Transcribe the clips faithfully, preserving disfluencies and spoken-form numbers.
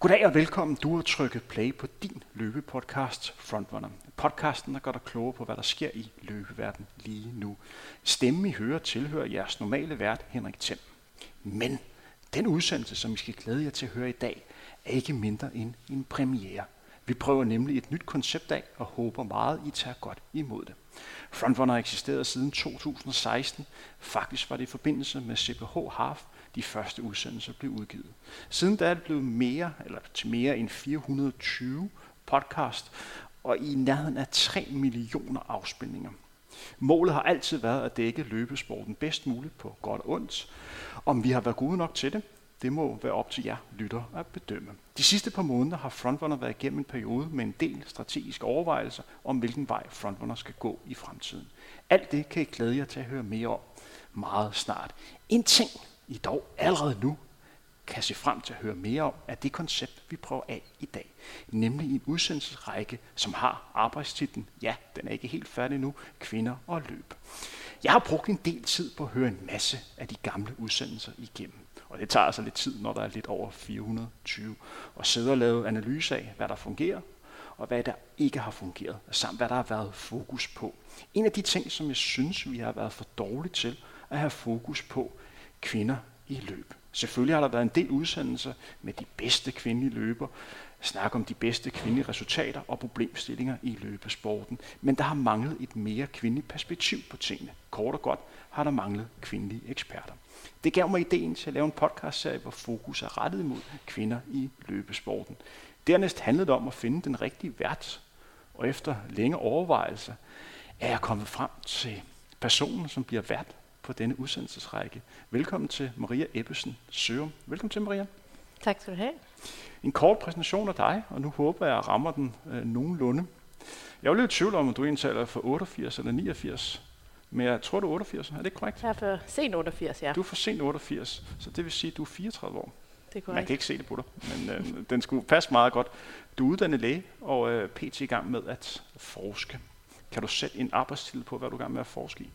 Goddag og velkommen. Du har trykket play på din løbepodcast Frontrunner. Podcasten, der gør dig klogere på, hvad der sker i løbeverdenen lige nu. Stemmen I hører tilhører jeres normale vært Henrik Thiem. Men den udsendelse, som I skal glæde jer til at høre i dag, er ikke mindre end en premiere. Vi prøver nemlig et nyt koncept af og håber meget, I tager godt imod det. Frontrunner har eksisteret siden to tusind og seksten. Faktisk var det i forbindelse med C P H Half, de første udsendelser blev udgivet. Siden da er det blevet mere, eller til mere end fire hundrede og tyve podcast, og i nærheden af tre millioner afspilninger. Målet har altid været at dække løbesporten bedst muligt på godt og ondt. Om vi har været gode nok til det, det må være op til jer lyttere at bedømme. De sidste par måneder har Frontrunner været igennem en periode med en del strategiske overvejelser om, hvilken vej Frontrunner skal gå i fremtiden. Alt det kan I glæde jer til at høre mere om meget snart. En ting, I dog allerede nu kan se frem til at høre mere om, er det koncept, vi prøver af i dag. Nemlig en udsendelsesrække, som har arbejdstitlen, ja, den er ikke helt færdig nu, Kvinder og løb. Jeg har brugt en del tid på at høre en masse af de gamle udsendelser igennem. Og det tager altså lidt tid, når der er lidt over fire hundrede og tyve, og sidde og lave analyse af, hvad der fungerer, og hvad der ikke har fungeret, samt hvad der har været fokus på. En af de ting, som jeg synes, vi har været for dårlige til at have fokus på, kvinder i løb. Selvfølgelig har der været en del udsendelser med de bedste kvindelige løber, snak om de bedste kvindelige resultater og problemstillinger i løbesporten, men der har manglet et mere kvindeligt perspektiv på tingene. Kort og godt har der manglet kvindelige eksperter. Det gav mig ideen til at lave en podcastserie, hvor fokus er rettet imod kvinder i løbesporten. Dernæst handlede det om at finde den rigtige vært, og efter længe overvejelser er jeg kommet frem til personen, som bliver vært på denne udsendelsesrække. Velkommen til Maria Ebbesen Sørum. Velkommen til, Maria. Tak skal du have. En kort præsentation af dig, og nu håber jeg, at jeg rammer den øh, nogenlunde. Jeg er jo lidt i tvivl om, at du egentlig taler for otteogfirs eller niogfirs, men jeg tror, du er otteogfirs. Er det ikke korrekt? Jeg er for sent otteogfirs, ja. Du er for sent otteogfirs, så det vil sige, at du er fireogtredive år. Det er korrekt. Man kan ikke se det på dig, men øh, den skulle passe meget godt. Du er uddannet læge og øh, pt. I gang med at forske. Kan du sætte en arbejdstitel på, hvad du er i gang med at forske i?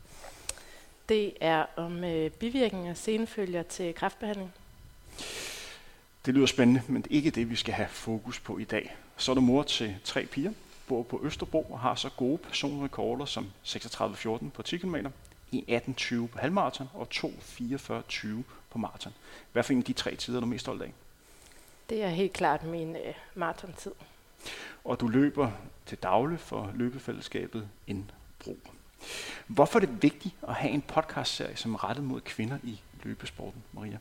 Det er om øh, bivirkninger og senfølger til kræftbehandling. Det lyder spændende, men det er ikke det, vi skal have fokus på i dag. Så er du mor til tre piger, bor på Østerbro og har så gode personrekorder som seksogtredive fjorten på ti kilometer, en atten tyve på halvmaraton og to fireogfyrre tyve på maraton. Hvad for en af de tre tider er du mest stolt af? Det er helt klart min øh, maratontid. Og du løber til daglig for løbefællesskabet Indbro. Hvorfor er det vigtigt at have en podcastserie, som er rettet mod kvinder i løbesporten, Maria?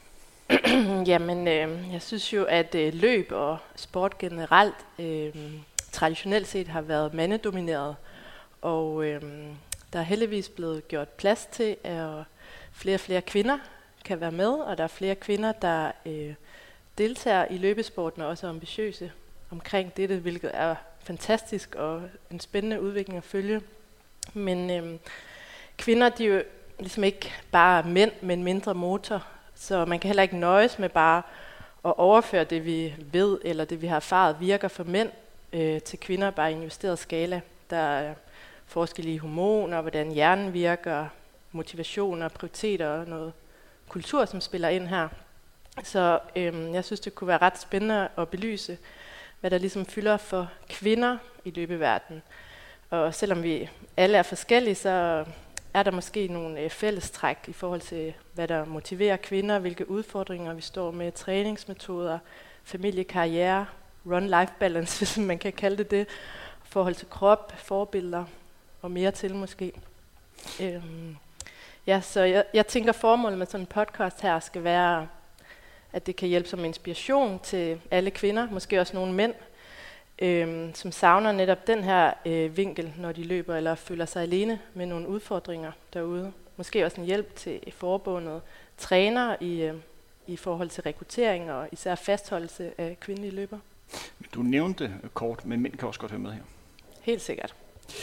Jamen, øh, jeg synes jo, at øh, løb og sport generelt øh, traditionelt set har været mandedomineret, og øh, der er heldigvis blevet gjort plads til, at flere og flere kvinder kan være med, og der er flere kvinder, der øh, deltager i løbesporten og også er ambitiøse omkring dette, hvilket er fantastisk og en spændende udvikling at følge. Men øh, kvinder, de er jo ligesom ikke bare mænd, men mindre motor, så man kan heller ikke nøjes med bare at overføre det, vi ved, eller det, vi har erfaret, virker for mænd øh, til kvinder bare i en justeret skala. Der er forskellige hormoner, hvordan hjernen virker, motivationer, prioriteter og noget kultur, som spiller ind her. Så øh, jeg synes, det kunne være ret spændende at belyse, hvad der ligesom fylder for kvinder i løbeverdenen. Og selvom vi alle er forskellige, så er der måske nogle øh, fællestræk i forhold til, hvad der motiverer kvinder, hvilke udfordringer vi står med, træningsmetoder, familie, karriere, run-life balance, hvis man kan kalde det det, forhold til krop, forbilleder og mere til måske. Øhm, ja, så jeg, jeg tænker, formålet med sådan en podcast her skal være, at det kan hjælpe som inspiration til alle kvinder, måske også nogle mænd, Øhm, som savner netop den her øh, vinkel, når de løber eller føler sig alene med nogle udfordringer derude. Måske også en hjælp til forbundet træner i, øh, i forhold til rekruttering og især fastholdelse af kvindelige løber. Du nævnte kort, men mænd kan også godt høre med her. Helt sikkert.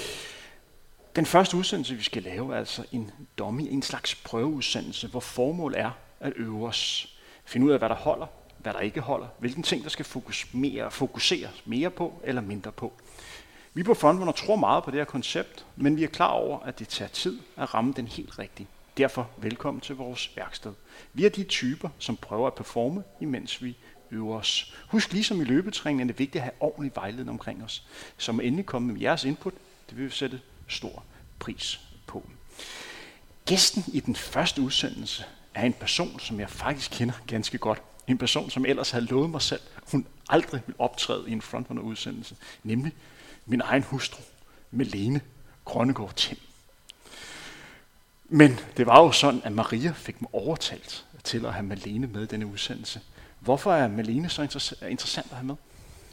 Den første udsendelse, vi skal lave, er altså en dummy, en slags prøveudsendelse, hvor formål er at øve os. Finde ud af, hvad der holder, hvad der ikke holder, hvilken ting, der skal fokus mere, fokuseres mere på eller mindre på. Vi på Frontrunner tror meget på det her koncept, men vi er klar over, at det tager tid at ramme den helt rigtige. Derfor velkommen til vores værksted. Vi er de typer, som prøver at performe, imens vi øve os. Husk, ligesom i løbetræningen er det vigtigt at have ordentlig vejledning omkring os. Så må endelig komme med jeres input. Det vil vi sætte stor pris på. Gæsten i den første udsendelse er en person, som jeg faktisk kender ganske godt. En person, som ellers havde lovet mig selv, hun aldrig vil optræde i en frontrunner-udsendelse. Nemlig min egen hustru, Malene Grønnegård Timm. Men det var jo sådan, at Maria fik mig overtalt til at have Malene med i denne udsendelse. Hvorfor er Malene så interessant at have med?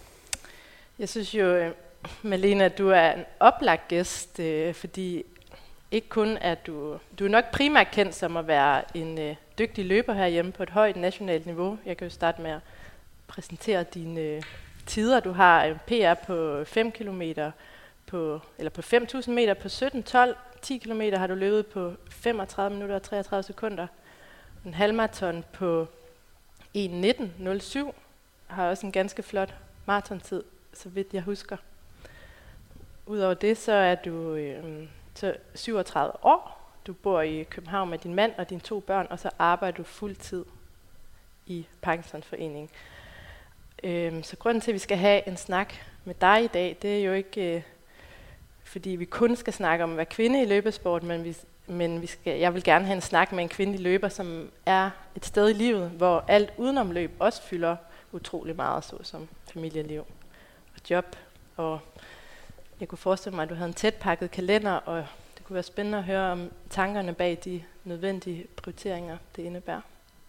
Jeg synes jo, Malene, at du er en oplagt gæst, øh, fordi ikke kun er du, du er nok primært kendt som at være en øh, dygtig løber herhjemme på et højt nationalt niveau. Jeg kan jo starte med at præsentere dine øh, tider. Du har en P R på fem kilometer på, eller på fem tusind meter på sytten tolv. ti kilometer har du løbet på femogtredive minutter og treogtredive sekunder. En halvmarathon på en nitten nul syv har også en ganske flot maratontid, så vidt jeg husker. Udover det, så er du øh, så syvogtredive år. Du bor i København med din mand og dine to børn, og så arbejder du fuldtid i Parkinsonforeningen. Øh, så grunden til, at vi skal have en snak med dig i dag, det er jo ikke, øh, fordi vi kun skal snakke om at være kvinde i løbesport, men, vi, men vi skal, jeg vil gerne have en snak med en kvindelig løber, som er et sted i livet, hvor alt udenom løb også fylder utrolig meget, såsom familieliv og job. Og jeg kunne forestille mig, at du havde en tæt pakket kalender, og det kunne være spændende at høre om tankerne bag de nødvendige prioriteringer, det indebærer.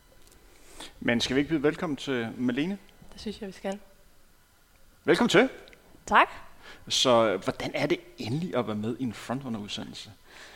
Men skal vi ikke byde velkommen til Malene? Det synes jeg, vi skal. Velkommen til. Tak. Så hvordan er det endelig at være med i en frontrunner-udsendelse?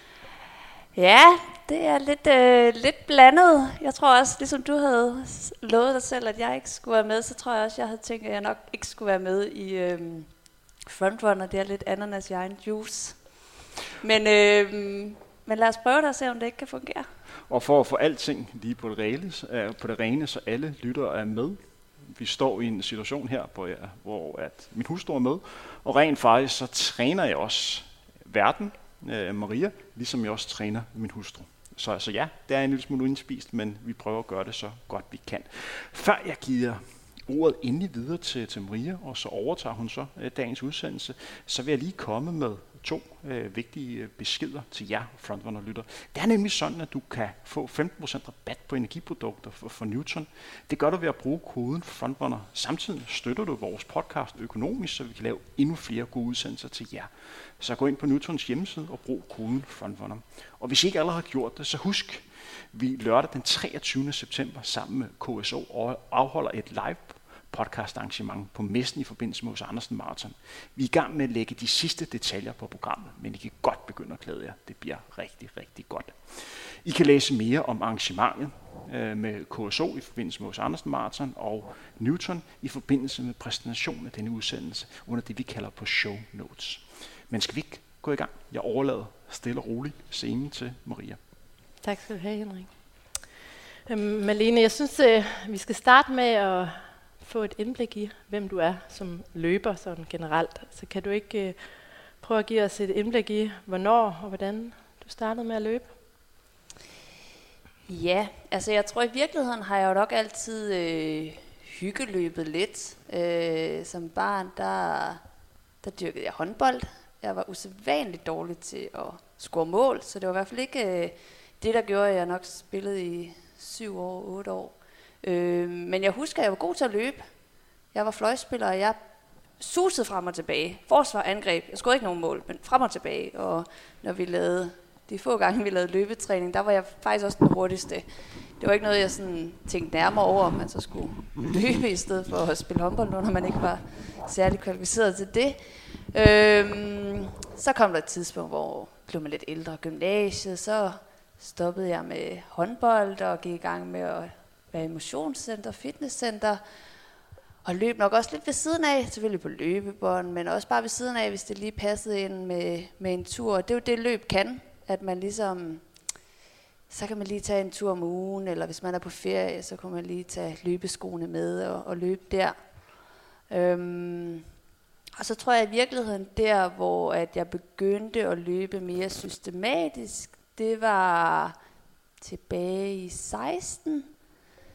Ja, det er lidt, øh, lidt blandet. Jeg tror også, ligesom du havde lovet dig selv, at jeg ikke skulle være med, så tror jeg også, jeg havde tænkt, at jeg nok ikke skulle være med i øh, frontrunner. Det er lidt ananas i egen juice. Men, øh, men lad os prøve det og se, om det ikke kan fungere. Og for at få alting lige på det, rene, på det rene, så alle lyttere er med. Vi står i en situation her, hvor, jeg, hvor at min hustru er med, og rent faktisk så træner jeg også verden, øh, Maria, ligesom jeg også træner min hustru. Så altså ja, det er en lille smule indspist, men vi prøver at gøre det så godt vi kan. Før jeg giver ordet endelig videre til, til Maria, og så overtager hun så øh, dagens udsendelse, så vil jeg lige komme med to øh, vigtige beskeder til jer frontrunner-lytter. Det er nemlig sådan, at du kan få femten procent rabat på energiprodukter for, for Newton. Det gør du ved at bruge koden frontrunner. Samtidig støtter du vores podcast økonomisk, så vi kan lave endnu flere gode udsendelser til jer. Så gå ind på Newtons hjemmeside og brug koden frontrunner. Og hvis I ikke allerede har gjort det, så husk, vi lørdag den treogtyvende september sammen med K S O afholder et live podcast arrangement på messen i forbindelse med H C Andersen Marathon. Vi er i gang med at lægge de sidste detaljer på programmet, men I kan godt begynde at glæde jer. Det bliver rigtig, rigtig godt. I kan læse mere om arrangementet øh, med K S O i forbindelse med H C Andersen Marathon og Newton i forbindelse med præsentationen af denne udsendelse under det, vi kalder på show notes. Men skal vi ikke gå i gang? Jeg overlader stille og roligt scenen til Maria. Tak skal du have, Henrik. Øhm, Malene, jeg synes, øh, vi skal starte med at få et indblik i, hvem du er som løber sådan generelt. Så kan du ikke øh, prøve at give os et indblik i, hvornår og hvordan du startede med at løbe? Ja, altså jeg tror i virkeligheden har jeg jo nok altid øh, hyggeløbet lidt. Øh, som barn, der, der dyrkede jeg håndbold. Jeg var usædvanligt dårlig til at score mål, så det var i hvert fald ikke øh, det, der gjorde, at jeg nok spillede i syv år, otte år. Øh, men jeg husker, at jeg var god til at løbe. Jeg var fløjspiller, og jeg susede frem og tilbage. Forsvar, angreb. Jeg scorede ikke nogen mål, men frem og tilbage. Og når vi lavede, de få gange vi lavede løbetræning, der var jeg faktisk også den hurtigste. Det var ikke noget, jeg sådan tænkte nærmere over, om man så skulle løbe i stedet for at spille håndbold, når man ikke var særlig kvalificeret til det. Øhm, så kom der et tidspunkt, hvor blev man lidt ældre gymnasiet, så stoppede jeg med håndbold og gik i gang med at være i motionscenter, fitnesscenter, og løb nok også lidt ved siden af, selvfølgelig på løbebånd, men også bare ved siden af, hvis det lige passede ind med, med en tur. Det er jo det, løb kan, at man ligesom, så kan man lige tage en tur om ugen, eller hvis man er på ferie, så kan man lige tage løbeskoene med og, og løbe der. Øhm, og så tror jeg i virkeligheden der, hvor at jeg begyndte at løbe mere systematisk, det var tilbage i seksten.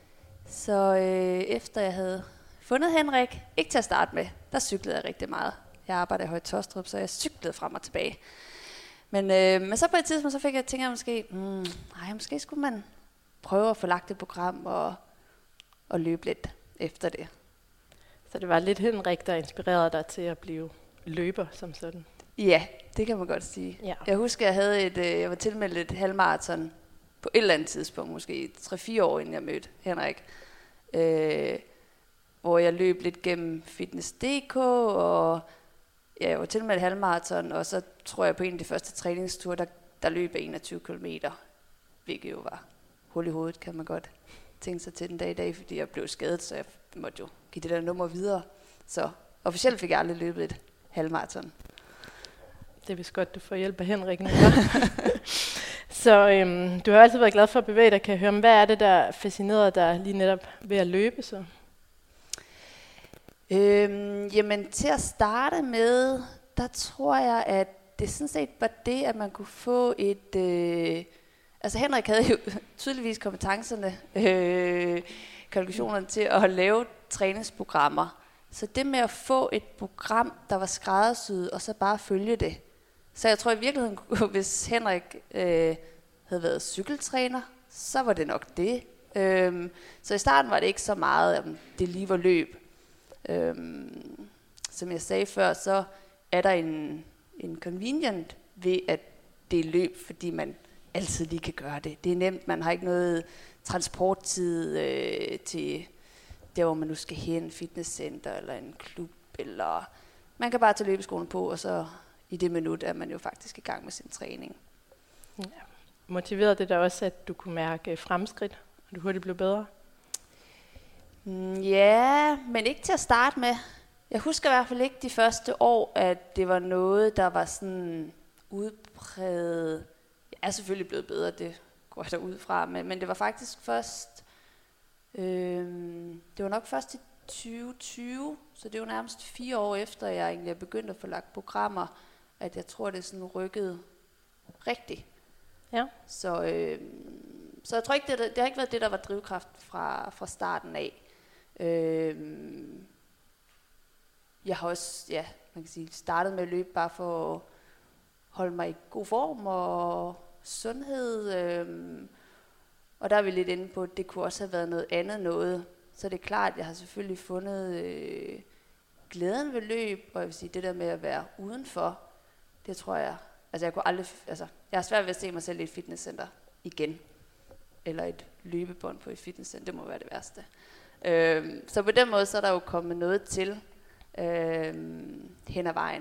Så øh, efter jeg havde fundet Henrik, ikke til at starte med, der cyklede jeg rigtig meget. Jeg arbejder i Høje Taastrup, så jeg cyklede frem og tilbage. Men, øh, men så på et tidspunkt, så fik jeg tænkt, at måske, hmm, nej, måske skulle man prøve at få lagt et program og, og løbe lidt efter det. Så det var lidt Henrik, der inspirerede dig til at blive løber som sådan? Ja, det kan man godt sige. Ja. Jeg husker, jeg havde et, øh, jeg var tilmeldt et halvmarathon på et eller andet tidspunkt, måske tre fire år inden jeg mødte Henrik. Øh, hvor jeg løb lidt gennem Fitness punktum d k, og ja, jeg var tilmeldt et halvmarathon, og så tror jeg på en af de første træningsture, der, der løb jeg enogtyve kilometer, hvilket jo var hul i hovedet, kan man godt tænke sig til den dag i dag, fordi jeg blev skadet, så jeg måtte jo give det der nummer videre. Så officielt fik jeg aldrig løbet et halvmarathon. Det er vist godt, du får hjælp af Henrik nu. Så øhm, du har altid været glad for at bevæge dig, kan jeg høre. Men hvad er det, der fascinerede dig lige netop ved at løbe så? Øhm, jamen til at starte med, der tror jeg, at det sådan set var det, at man kunne få et... Øh, altså Henrik havde jo tydeligvis kompetencerne, øh, kvalifikationerne til at lave træningsprogrammer. Så det med at få et program, der var skræddersyet, og så bare følge det. Så jeg tror i virkeligheden, hvis Henrik øh, havde været cykeltræner, så var det nok det. Øhm, så i starten var det ikke så meget, om det lige var løb. Øhm, som jeg sagde før, så er der en, en convenient ved, at det er løb, fordi man altid lige kan gøre det. Det er nemt, man har ikke noget transporttid øh, til der, hvor man nu skal hen, fitnesscenter eller en klub, eller man kan bare tage løbeskoen på, og så i det minut er man jo faktisk i gang med sin træning. Ja. Motiverede det dig også, at du kunne mærke fremskridt, og du hurtigt blev bedre? Mm, ja, men ikke til at starte med. Jeg husker i hvert fald ikke de første år, at det var noget, der var sådan udpræget. Jeg er selvfølgelig blevet bedre, det går jeg derud fra, men, men det var faktisk først, øh, det var nok først i tyve tyve, så det var nærmest fire år efter, jeg egentlig er begyndt at få lagt programmer, at jeg tror, det er sådan rykket rigtigt. Ja. Så, øh, så jeg tror ikke, det, det har ikke været det, der var drivkraft fra, fra starten af. Øh, jeg har også, ja, man kan sige, startet med at løbe bare for at holde mig i god form og sundhed. Øh, og der er vi lidt inde på, at det kunne også have været noget andet noget. Så det er klart, at jeg har selvfølgelig fundet øh, glæden ved løb, og jeg vil sige, det der med at være udenfor, det tror jeg, altså jeg kunne aldrig, altså jeg har svært ved at se mig selv i et fitnesscenter igen, eller et løbebånd på et fitnesscenter, det må være det værste. Øh, så på den måde, så er der jo kommet noget til øh, hen ad vejen.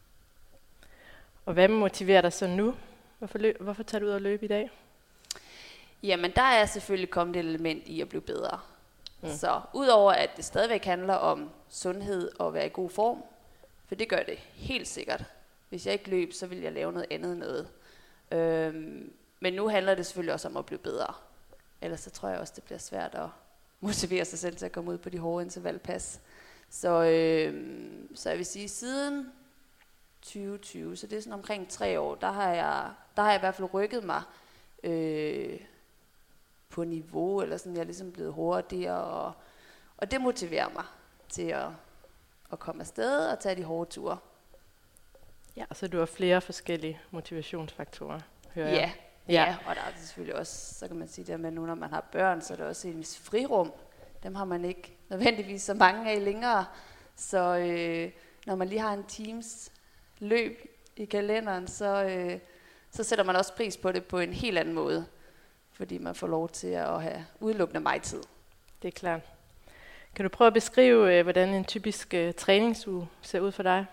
Og hvad motiverer dig så nu? Hvorfor, løb, hvorfor tager du ud og løbe i dag? Jamen, der er selvfølgelig kommet et element i at blive bedre. Mm. Så udover at det stadigvæk handler om sundhed og være i god form, for det gør det helt sikkert. Hvis jeg ikke løb, så vil jeg lave noget andet noget. Øhm, men nu handler det selvfølgelig også om at blive bedre. Ellers så tror jeg også, det bliver svært at motivere sig selv til at komme ud på de hårde intervallpas. Så, øhm, så jeg vil sige, siden tyve tyve, så det er sådan omkring tre år, der har jeg, der har jeg i hvert fald rykket mig øh, på niveau, eller sådan, jeg er ligesom blevet hurtigere, og, og det motiverer mig til at, at komme afsted og tage de hårde ture. Ja, så du har flere forskellige motivationsfaktorer, hører Ja, jeg. ja. ja, og der er selvfølgelig også, så kan man sige det med, nu når man har børn, så er der også en vis frirum. Dem har man ikke nødvendigvis så mange af længere. Så øh, når man lige har en times løb i kalenderen, så, øh, så sætter man også pris på det på en helt anden måde. Fordi man får lov til at have udelukkende mig-tid. Det er klart. Kan du prøve at beskrive, hvordan en typisk uh, træningsuge ser ud for dig?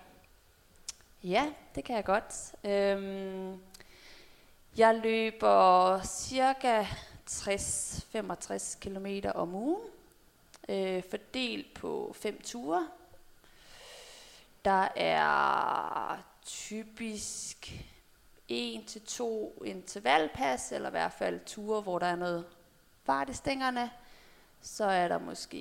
Ja, det kan jeg godt. Øhm, jeg løber cirka tres til femogtres kilometer om ugen, øh, fordelt på fem ture. Der er typisk en til to intervallpas, eller i hvert fald ture, hvor der er noget fart i stængerne. Så er der måske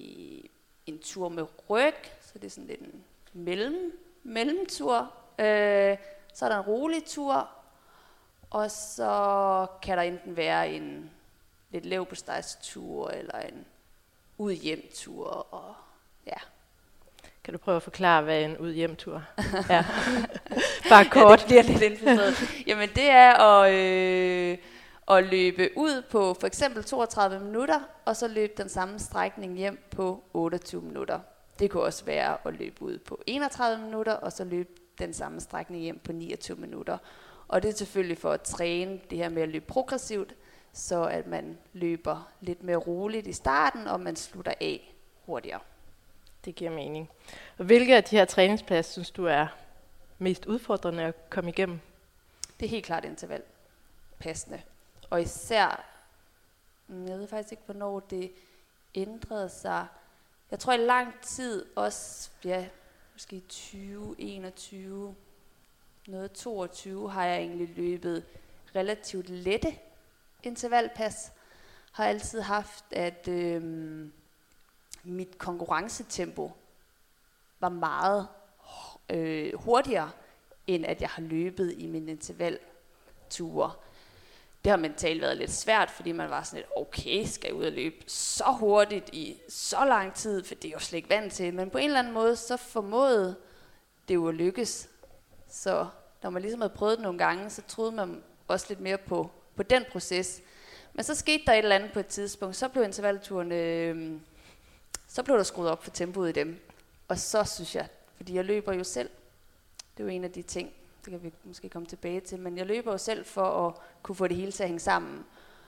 en tur med ryg, så det er sådan lidt en mellem, mellemtur. Øh, så er der en rolig tur, og så kan der enten være en lidt leverpostejstur, eller en ud-hjem-ture og ja. Kan du prøve at forklare, hvad en ud-hjem-tur er? Bare kort. Ja, det bliver lidt indforstået. Jamen det er at, øh, at løbe ud på for eksempel toogtredive minutter, og så løbe den samme strækning hjem på otteogtyve minutter. Det kunne også være at løbe ud på enogtredive minutter, og så løbe den samme strækning hjem på niogtyve minutter. Og det er selvfølgelig for at træne det her med at løbe progressivt, så at man løber lidt mere roligt i starten, og man slutter af hurtigere. Det giver mening. Og hvilke af de her træningspas synes du er mest udfordrende at komme igennem? Det er helt klart interval. Passende. Og især, jeg ved faktisk ikke, hvornår det ændrede sig. Jeg tror i lang tid, også ja, måske tyve, enogtyve, noget toogtyve, har jeg egentlig løbet relativt lette intervalpas. Har altid haft, at øhm, mit konkurrencetempo var meget øh, hurtigere, end at jeg har løbet i mine intervalture. Det har mentalt været lidt svært, fordi man var sådan lidt, okay, skal jeg ud og løbe så hurtigt i så lang tid, for det er jo slet ikke vant til. Men på en eller anden måde, så formåede det jo at lykkes. Så når man ligesom havde prøvet det nogle gange, så troede man også lidt mere på, på den proces. Men så skete der et eller andet på et tidspunkt, så blev intervalturen, øh, så blev der skruet op for tempoet i dem. Og så synes jeg, fordi jeg løber jo selv, det er jo en af de ting, det kan vi måske komme tilbage til, men jeg løber jo selv for at kunne få det hele til at hænge sammen.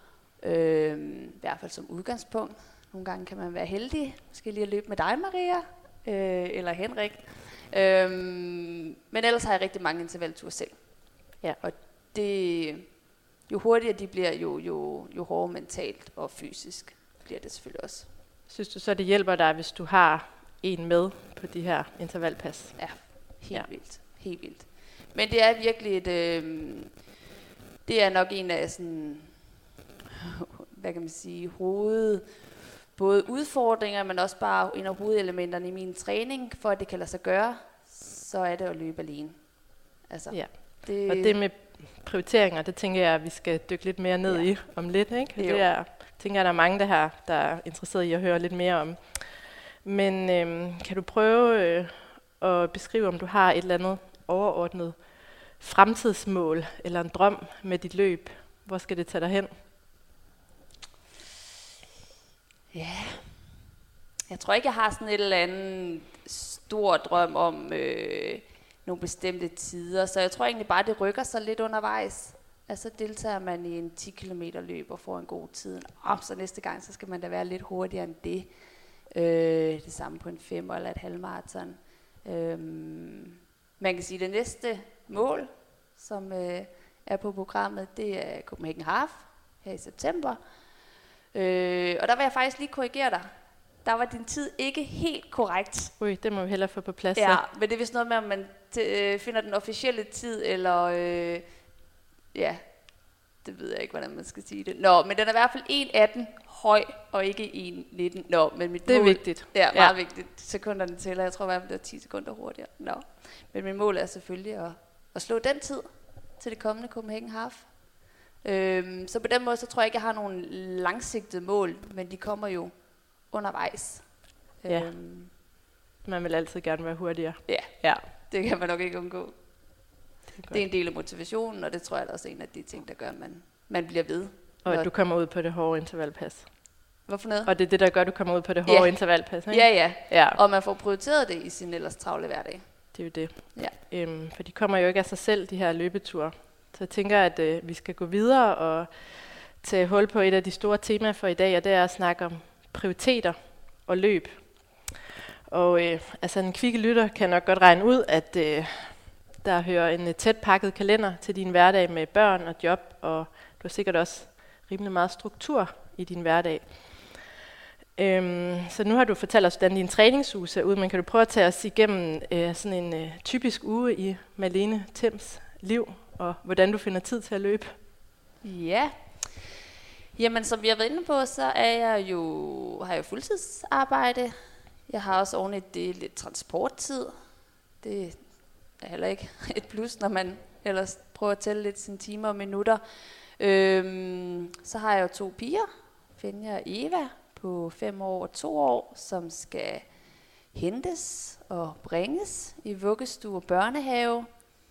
Øh, I hvert fald som udgangspunkt. Nogle gange kan man være heldig, måske lige at løbe med dig, Maria, øh, eller Henrik. Øh, men ellers har jeg rigtig mange intervalture selv. Ja, og det, jo hurtigere de bliver, jo, jo, jo hårdere mentalt og fysisk bliver det selvfølgelig også. Synes du så, det hjælper dig, hvis du har en med på de her intervalpas? Ja, helt ja. vildt. Helt vildt. Men det er virkelig et, øh, det er nok en af sådan, hvad kan man sige, hoved, både udfordringer, men også bare en af hovedelementerne i min træning, for at det kan lade sig gøre, så er det at løbe alene. Altså, ja. det, og det med prioriteringer, det tænker jeg, at vi skal dykke lidt mere ned ja. i om lidt, ikke? Jo. Det er, tænker jeg, der er mange der her, der er interesseret i at høre lidt mere om. Men øh, kan du prøve øh, at beskrive, om du har et eller andet overordnet fremtidsmål eller en drøm med dit løb? Hvor skal det tage dig hen? Ja, jeg tror ikke, jeg har sådan et eller andet stor drøm om øh, nogle bestemte tider, så jeg tror egentlig bare, det rykker sig lidt undervejs. Altså deltager man i en ti kilometer løb og får en god tid, oh, så næste gang, så skal man da være lidt hurtigere end det. Øh, det samme på en fem eller et halvmaraton. Øh, man kan sige, at det næste mål, som øh, er på programmet, det er Copenhagen Half her i september. Øh, og der vil jeg faktisk lige korrigere dig. Der var din tid ikke helt korrekt. Ui, det må vi hellere få på plads. Ja, men det er vist noget med, om man t- øh, finder den officielle tid, eller øh, ja, det ved jeg ikke, hvordan man skal sige det. Nå, men den er i hvert fald en atten høj, og ikke en nitten. Nå, men mit det er mål, vigtigt. Ja, meget ja. vigtigt. Sekunderne tæller. Jeg tror i hvert fald, det var ti sekunder hurtigere. Nå. Men mit mål er selvfølgelig at, at slå den tid til det kommende Copenhagen Half. Øhm, så på den måde, så tror jeg ikke, jeg har nogle langsigtede mål, men de kommer jo undervejs. Ja. Øhm, Man vil altid gerne være hurtigere. Ja, ja. Det kan man nok ikke undgå. Det er, det er en del af motivationen, og det tror jeg er også en af de ting, der gør, at man, man bliver ved. Og at du kommer ud på det hårde intervalpas. Hvorfor noget? Og det er det, der gør, at du kommer ud på det hårde ja. intervalpas, ikke? Ja, ja, ja. Og man får prioriteret det i sin ellers travle hverdag. Det er jo det. Ja. Øhm, for de kommer jo ikke af sig selv, de her løbeture. Så jeg tænker, at øh, vi skal gå videre og tage hul på et af de store temaer for i dag, og det er at snakke om prioriteter og løb. Og øh, altså en kvikke lytter kan nok godt regne ud, at øh, der hører en tæt pakket kalender til din hverdag med børn og job, og du har sikkert også rimelig meget struktur i din hverdag. Øhm, så nu har du fortalt os, hvordan din træningsuge ser ud, men kan du prøve at tage os igennem øh, sådan en øh, typisk uge i Malene Thems liv, og hvordan du finder tid til at løbe? Ja, jamen som vi har været inde på, så er jeg jo, har jeg jo fuldtidsarbejde. Jeg har også oven i det lidt transporttid. Det er heller ikke et plus, når man ellers prøver at tælle lidt sine timer og minutter. Øhm, så har jeg jo to piger, Fenja og Eva, på fem år og to år, som skal hentes og bringes i vuggestue og børnehave.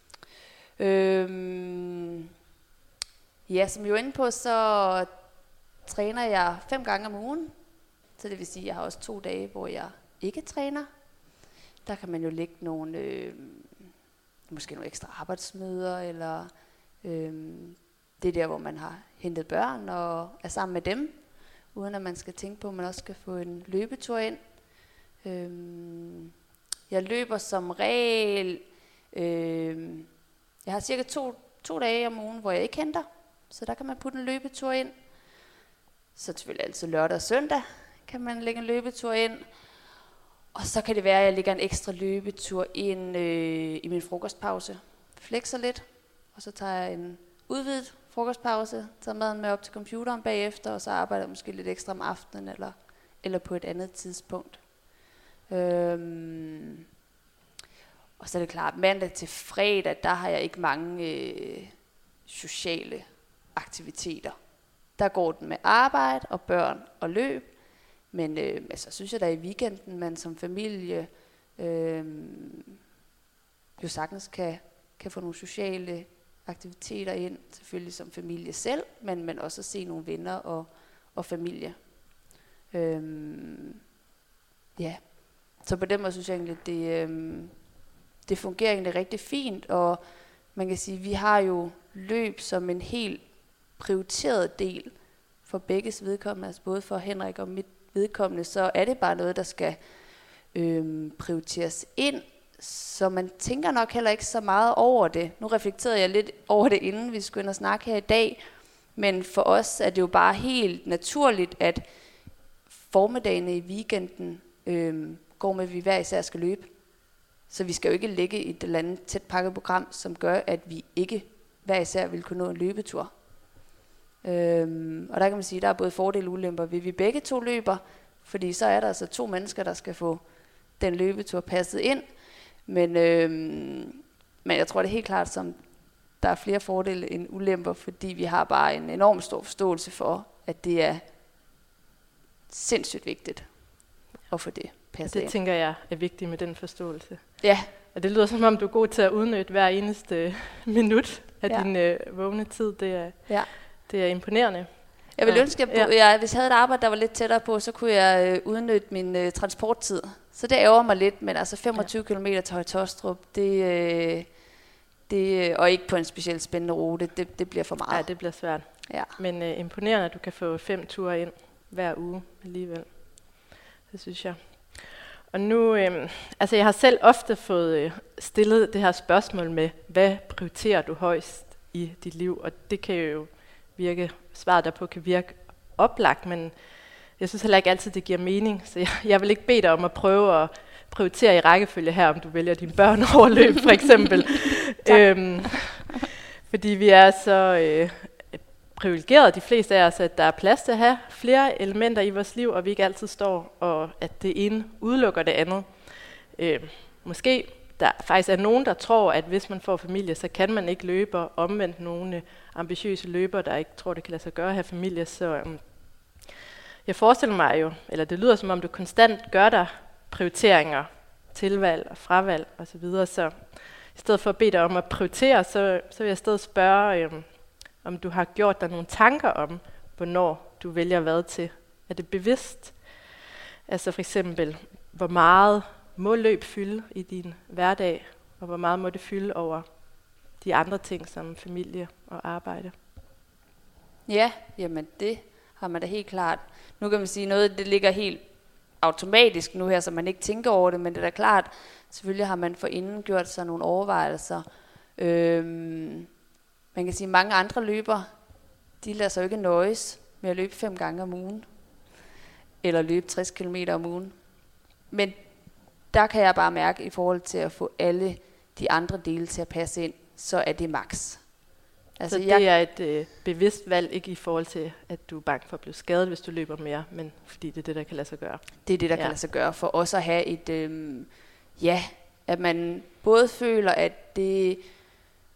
Øhm, ja, som vi er inde på, så træner jeg fem gange om ugen. Så det vil sige, at jeg har også to dage, hvor jeg ikke træner. Der kan man jo lægge nogle, øh, måske nogle ekstra arbejdsmøder, eller øh, det er der, hvor man har hentet børn og er sammen med dem, uden at man skal tænke på, at man også skal få en løbetur ind. Øh, jeg løber som regel, øh, jeg har cirka to, to dage om ugen, hvor jeg ikke henter, så der kan man putte en løbetur ind. Så selvfølgelig altid lørdag og søndag kan man lægge en løbetur ind. Og så kan det være, at jeg lægger en ekstra løbetur ind øh, i min frokostpause. Flexer lidt, og så tager jeg en udvidet frokostpause, tager maden med op til computeren bagefter, og så arbejder jeg måske lidt ekstra om aftenen, eller, eller på et andet tidspunkt. Øhm, og så er det klart, mandag til fredag, der har jeg ikke mange øh, sociale aktiviteter. Der går den med arbejde og børn og løb. Men øh, altså, synes jeg da i weekenden, man som familie øh, jo sagtens kan, kan få nogle sociale aktiviteter ind. Selvfølgelig som familie selv, men, men også at se nogle venner og, og familie. Øh, ja, så på den måde synes jeg egentlig, at det, øh, det fungerer egentlig rigtig fint. Og man kan sige, at vi har jo løb som en helt prioriteret del for begges vedkommende, altså både for Henrik og mit vedkommende, så er det bare noget, der skal øhm, prioriteres ind, så man tænker nok heller ikke så meget over det. Nu reflekterede jeg lidt over det, inden vi skulle ind og snakke her i dag, men for os er det jo bare helt naturligt, at formiddagene i weekenden øhm, går med, at vi hver især skal løbe. Så vi skal jo ikke ligge i et eller andet tæt pakket program, som gør, at vi ikke hver især vil kunne nå en løbetur. Øhm, og der kan man sige, at der er både fordele og ulemper ved, vi begge to løber, fordi så er der altså to mennesker, der skal få den løbetur passet ind. Men, øhm, men jeg tror det er helt klart, som der er flere fordele end ulemper, fordi vi har bare en enorm stor forståelse for, at det er sindssygt vigtigt at få det passet det ind. tænker jeg er vigtigt med den forståelse. Ja. Og det lyder som om, du er god til at udnytte hver eneste minut af ja. din øh, vågne tid. Det er, ja. det er imponerende. Jeg ville ja. ønske, at jeg, jeg, hvis jeg havde et arbejde, der var lidt tættere på, så kunne jeg øh, udnytte min øh, transporttid. Så det ærger mig lidt, men altså femogtyve ja. kilometer til Høje-Taastrup, det, øh, det, og ikke på en specielt spændende rute, det, det bliver for meget. Ja, det bliver svært. Ja. Men øh, imponerende, at du kan få fem ture ind hver uge alligevel. Det synes jeg. Og nu, øh, altså jeg har selv ofte fået øh, stillet det her spørgsmål med, hvad prioriterer du højst i dit liv? Og det kan jo virke, svaret derpå kan virke oplagt, men jeg synes heller ikke altid, det giver mening. Så jeg, jeg vil ikke bede dig om at prøve at prioritere i rækkefølge her, om du vælger dine børn overløb, for eksempel. øhm, fordi vi er så øh, privilegerede, de fleste af os, at der er plads til at have flere elementer i vores liv, og vi ikke altid står, og at det ene udelukker det andet. Øh, måske der faktisk er nogen, der tror, at hvis man får familie, så kan man ikke løbe, og omvendt nogle ambitiøse løbere, der ikke tror, det kan lade sig gøre at have familie. Så um, jeg forestiller mig jo, eller det lyder som om, du konstant gør dig prioriteringer, tilvalg og fravalg osv. Så, så i stedet for at bede dig om at prioritere, så, så vil jeg i stedet spørge, um, om du har gjort dig nogle tanker om, hvornår du vælger hvad til. Er det bevidst? Altså for eksempel, hvor meget må løb fylde i din hverdag, og hvor meget må det fylde over de andre ting som familie og arbejde? Ja, jamen det har man da helt klart. Nu kan man sige, noget det ligger helt automatisk nu her, så man ikke tænker over det, men det er da klart, selvfølgelig har man forinden gjort sig nogle overvejelser. Øhm, man kan sige, at mange andre løbere, de lader sig jo ikke nøjes med at løbe fem gange om ugen, eller løbe tres kilometer om ugen. Men der kan jeg bare mærke, i forhold til at få alle de andre dele til at passe ind, så er det max. Altså så det jeg, er et øh, bevidst valg, ikke i forhold til, at du er bange for at blive skadet, hvis du løber mere, men fordi det er det, der kan lade sig gøre. Det er det, der ja. kan lade sig gøre, for også at have et, øh, ja, at man både føler, at det,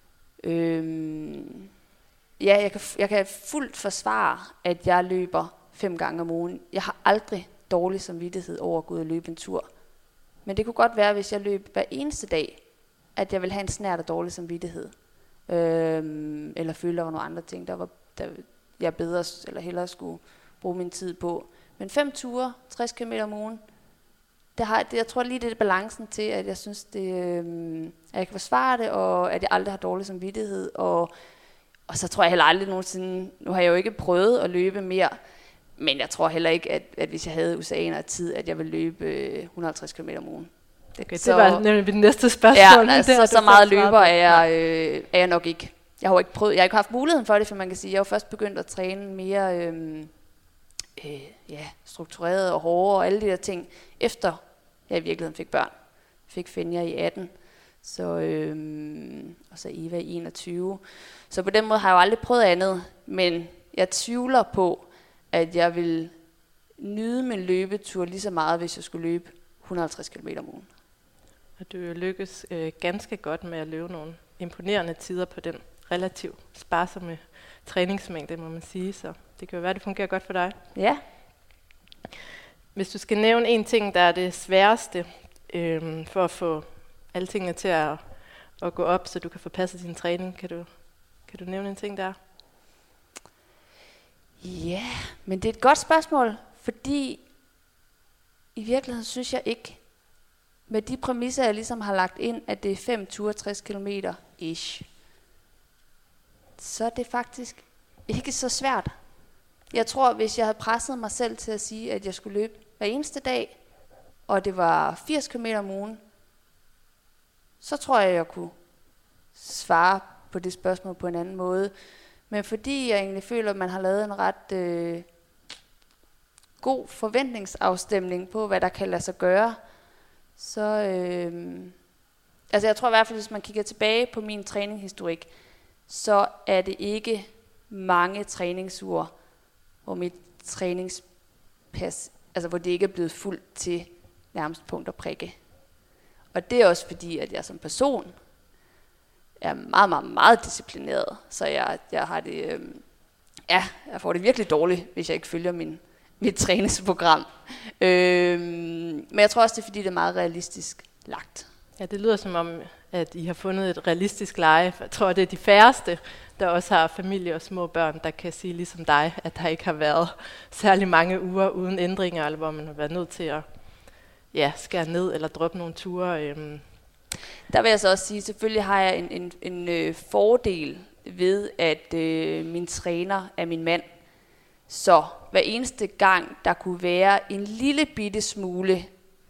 øh, ja, jeg kan, jeg kan fuldt forsvare, at jeg løber fem gange om ugen. Jeg har aldrig dårlig samvittighed over at gå ud og løbe en tur. Men det kunne godt være, hvis jeg løb hver eneste dag, at jeg ville have en snært af dårlig samvittighed. Øhm, eller føle, der var nogle andre ting, der, var, der jeg bedre eller hellere skulle bruge min tid på. Men fem ture, tres kilometer om ugen, det har, det, jeg tror lige, det er balancen til, at jeg synes, det, øhm, at jeg kan forsvare det, og at jeg aldrig har dårlig samvittighed. Og, og så tror jeg heller aldrig nogensinde, nu har jeg jo ikke prøvet at løbe mere, men jeg tror heller ikke, at, at hvis jeg havde U S A'en og tid, at jeg ville løbe øh, et hundrede og halvtreds kilometer om ugen. Okay, så, det var nemlig det næste spørgsmål. Ja, altså, så, så meget løber er jeg, øh, er jeg nok ikke. Jeg har jo ikke prøvet, jeg har ikke haft muligheden for det, for man kan sige, jeg har jo først begyndt at træne mere øh, øh, ja, struktureret og hårdere og alle de der ting, efter jeg i virkeligheden fik børn. Fik Fenja i atten, så, øh, og så Eva i enogtyve. Så på den måde har jeg jo aldrig prøvet andet, men jeg tvivler på, at jeg vil nyde min løbetur lige så meget, hvis jeg skulle løbe et hundrede og halvtreds kilometer om ugen. Og du lykkes øh, ganske godt med at løbe nogle imponerende tider på den relativt sparsomme træningsmængde, må man sige. Så det kan jo være, at det fungerer godt for dig. Ja. Hvis du skal nævne en ting, der er det sværeste øh, for at få alle tingene til at, at gå op, så du kan få passet din træning, kan du, kan du nævne en ting der? Ja, men det er et godt spørgsmål, fordi i virkeligheden synes jeg ikke, med de præmisser, jeg ligesom har lagt ind, at det er fem ture, tres kilometer ish, så er det faktisk ikke så svært. Jeg tror, hvis jeg havde presset mig selv til at sige, at jeg skulle løbe hver eneste dag, og det var firs kilometer om ugen, så tror jeg, jeg kunne svare på det spørgsmål på en anden måde. Men fordi jeg egentlig føler, at man har lavet en ret øh, god forventningsafstemning på, hvad der kan lade sig gøre, så øh, altså jeg tror i hvert fald, hvis man kigger tilbage på min træningshistorik, så er det ikke mange træningsuger, hvor mit træningspas, altså hvor det ikke er blevet fuldt til nærmest punkt og prikke. Og det er også fordi, at jeg som person er meget, meget, meget disciplineret, så jeg, jeg har det, øh, ja, jeg får det virkelig dårligt, hvis jeg ikke følger min, mit træningsprogram. Øh, men jeg tror også, det er fordi, det er meget realistisk lagt. Ja, det lyder som om, at I har fundet et realistisk leje. Jeg tror, det er de færreste, der også har familie og små børn, der kan sige ligesom dig, at der ikke har været særlig mange uger uden ændringer, eller hvor man har været nødt til at ja, skære ned eller droppe nogle ture. Øhm. Der vil jeg så også sige, selvfølgelig har jeg en, en, en øh, fordel ved, at øh, min træner er min mand. Så hver eneste gang, der kunne være en lille bitte smule,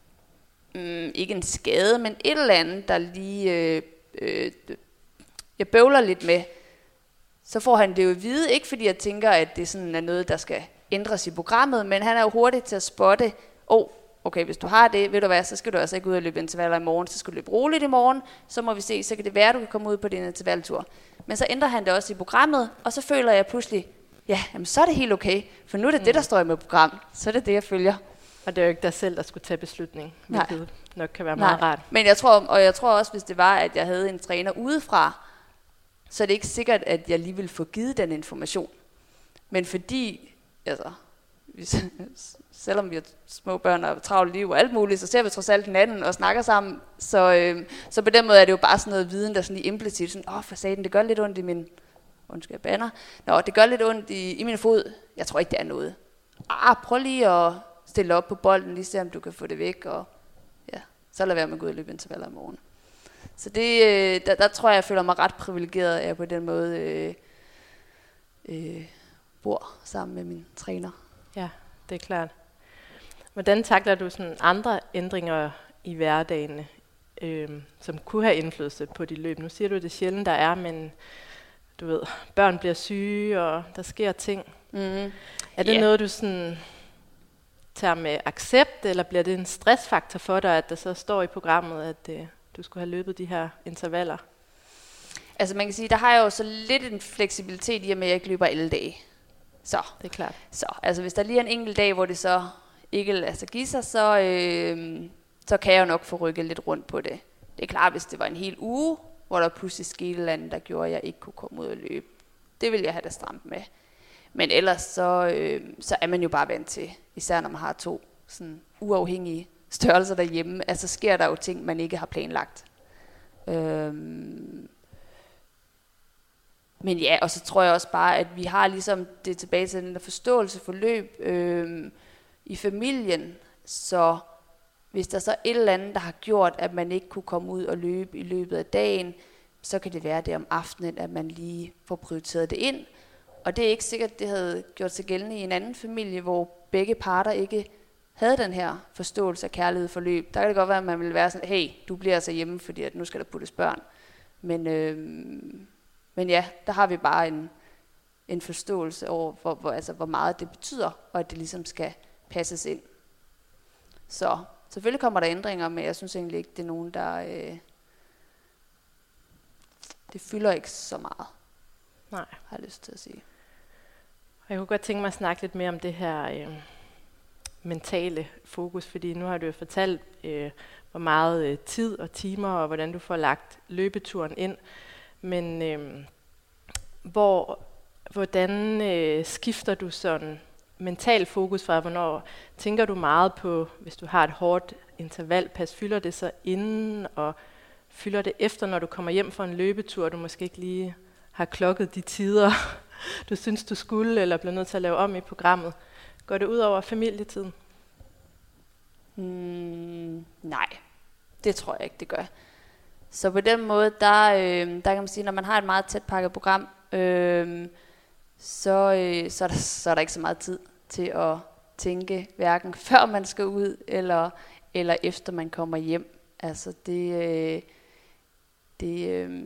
mm, ikke en skade, men et eller andet, der lige øh, øh, jeg bøvler lidt med, så får han det jo at vide. Ikke fordi jeg tænker, at det sådan er noget, der skal ændres i programmet, men han er jo hurtig til at spotte, åh, oh, okay, hvis du har det, ved du hvad, så skal du altså ikke ud og løbe intervaller i morgen, så skal du løbe roligt i morgen, så må vi se, så kan det være, at du kan komme ud på din intervaltur. Men så ændrer han det også i programmet, og så føler jeg pludselig, ja, jamen, så er det helt okay, for nu er det mm. det, der står i mit program, så er det det, jeg følger. Og det er jo ikke dig selv, der skulle tage beslutning, hvilket Nej. nok kan være Nej. meget rart. Men jeg tror, og jeg tror også, hvis det var, at jeg havde en træner udefra, så er det ikke sikkert, at jeg lige ville få givet den information. Men fordi, altså, hvis, selvom vi har små børn og travlt liv og alt muligt, så ser vi trods alt hinanden og snakker sammen. Så, øh, så på den måde er det jo bare sådan noget viden, der sådan lige implicit, sådan, åh, oh, for satan, det gør lidt ondt i min, undskyld, jeg banner. Nå, det gør lidt ondt i, i min fod. Jeg tror ikke, det er noget. Ah, prøv lige at stille op på bolden, lige se om du kan få det væk, og ja, så lad være med at gå ud og løbe intervaller om morgenen. Så det, øh, der, der tror jeg, jeg føler mig ret privilegeret, at jeg på den måde øh, øh, bor sammen med min træner. Ja, det er klart. Hvordan takler du sådan andre ændringer i hverdagen, øh, som kunne have indflydelse på dit løb? Nu siger du, at det er sjældent, der er, men du ved, børn bliver syge, og der sker ting. Mm. Er det yeah. noget, du sådan tager med accept, eller bliver det en stressfaktor for dig, at der så står i programmet, at øh, du skulle have løbet de her intervaller? Altså man kan sige, der har jeg jo så lidt en fleksibilitet i, at jeg ikke løber alle dage. Så. Det er klart. Så altså hvis der lige er en enkelt dag, hvor det så ikke lader sig give sig, så, øh, så kan jeg jo nok få rykket lidt rundt på det. Det er klart, hvis det var en hel uge, hvor der pludselig skete et eller andet, der gjorde, at jeg ikke kunne komme ud og løbe. Det ville jeg have det stramt med. Men ellers så, øh, så er man jo bare vant til, især når man har to sådan uafhængige størrelser derhjemme, altså sker der jo ting, man ikke har planlagt. Øhm, men ja, og så tror jeg også bare, at vi har ligesom det tilbage til den der forståelse for løb øh, i familien, så hvis der så er et eller andet, der har gjort, at man ikke kunne komme ud og løbe i løbet af dagen, så kan det være det om aftenen, at man lige får prioriteret det ind. Og det er ikke sikkert, at det havde gjort sig gældende i en anden familie, hvor begge parter ikke havde den her forståelse af kærlighed for løb. Der kan det godt være, at man ville være sådan, hey, du bliver altså hjemme, fordi at nu skal der puttes børn. Men, øh, men ja, der har vi bare en, en forståelse over, hvor, hvor, altså, hvor meget det betyder, og at det ligesom skal passes ind. Så selvfølgelig kommer der ændringer, men jeg synes egentlig ikke, det er nogen, der... Øh, det fylder ikke så meget. Nej. Har jeg lyst til at sige. Jeg kunne godt tænke mig at snakke lidt mere om det her øh, mentale fokus, fordi nu har du jo fortalt, øh, hvor meget øh, tid og timer, og hvordan du får lagt løbeturen ind. Men øh, hvor, hvordan øh, skifter du sådan mental fokus fra, hvornår tænker du meget på, hvis du har et hårdt intervalpas, fylder det så inden, og fylder det efter, når du kommer hjem fra en løbetur, og du måske ikke lige har klokket de tider, du synes, du skulle, eller bliver nødt til at lave om i programmet. Går det ud over familietiden? Mm, nej, det tror jeg ikke, det gør. Så på den måde, der, øh, der kan man sige, når man har et meget tæt pakket program, øh, så, øh, så, er der, så er der ikke så meget tid til at tænke, hverken før man skal ud, eller, eller efter man kommer hjem. Altså det... Øh, det øh,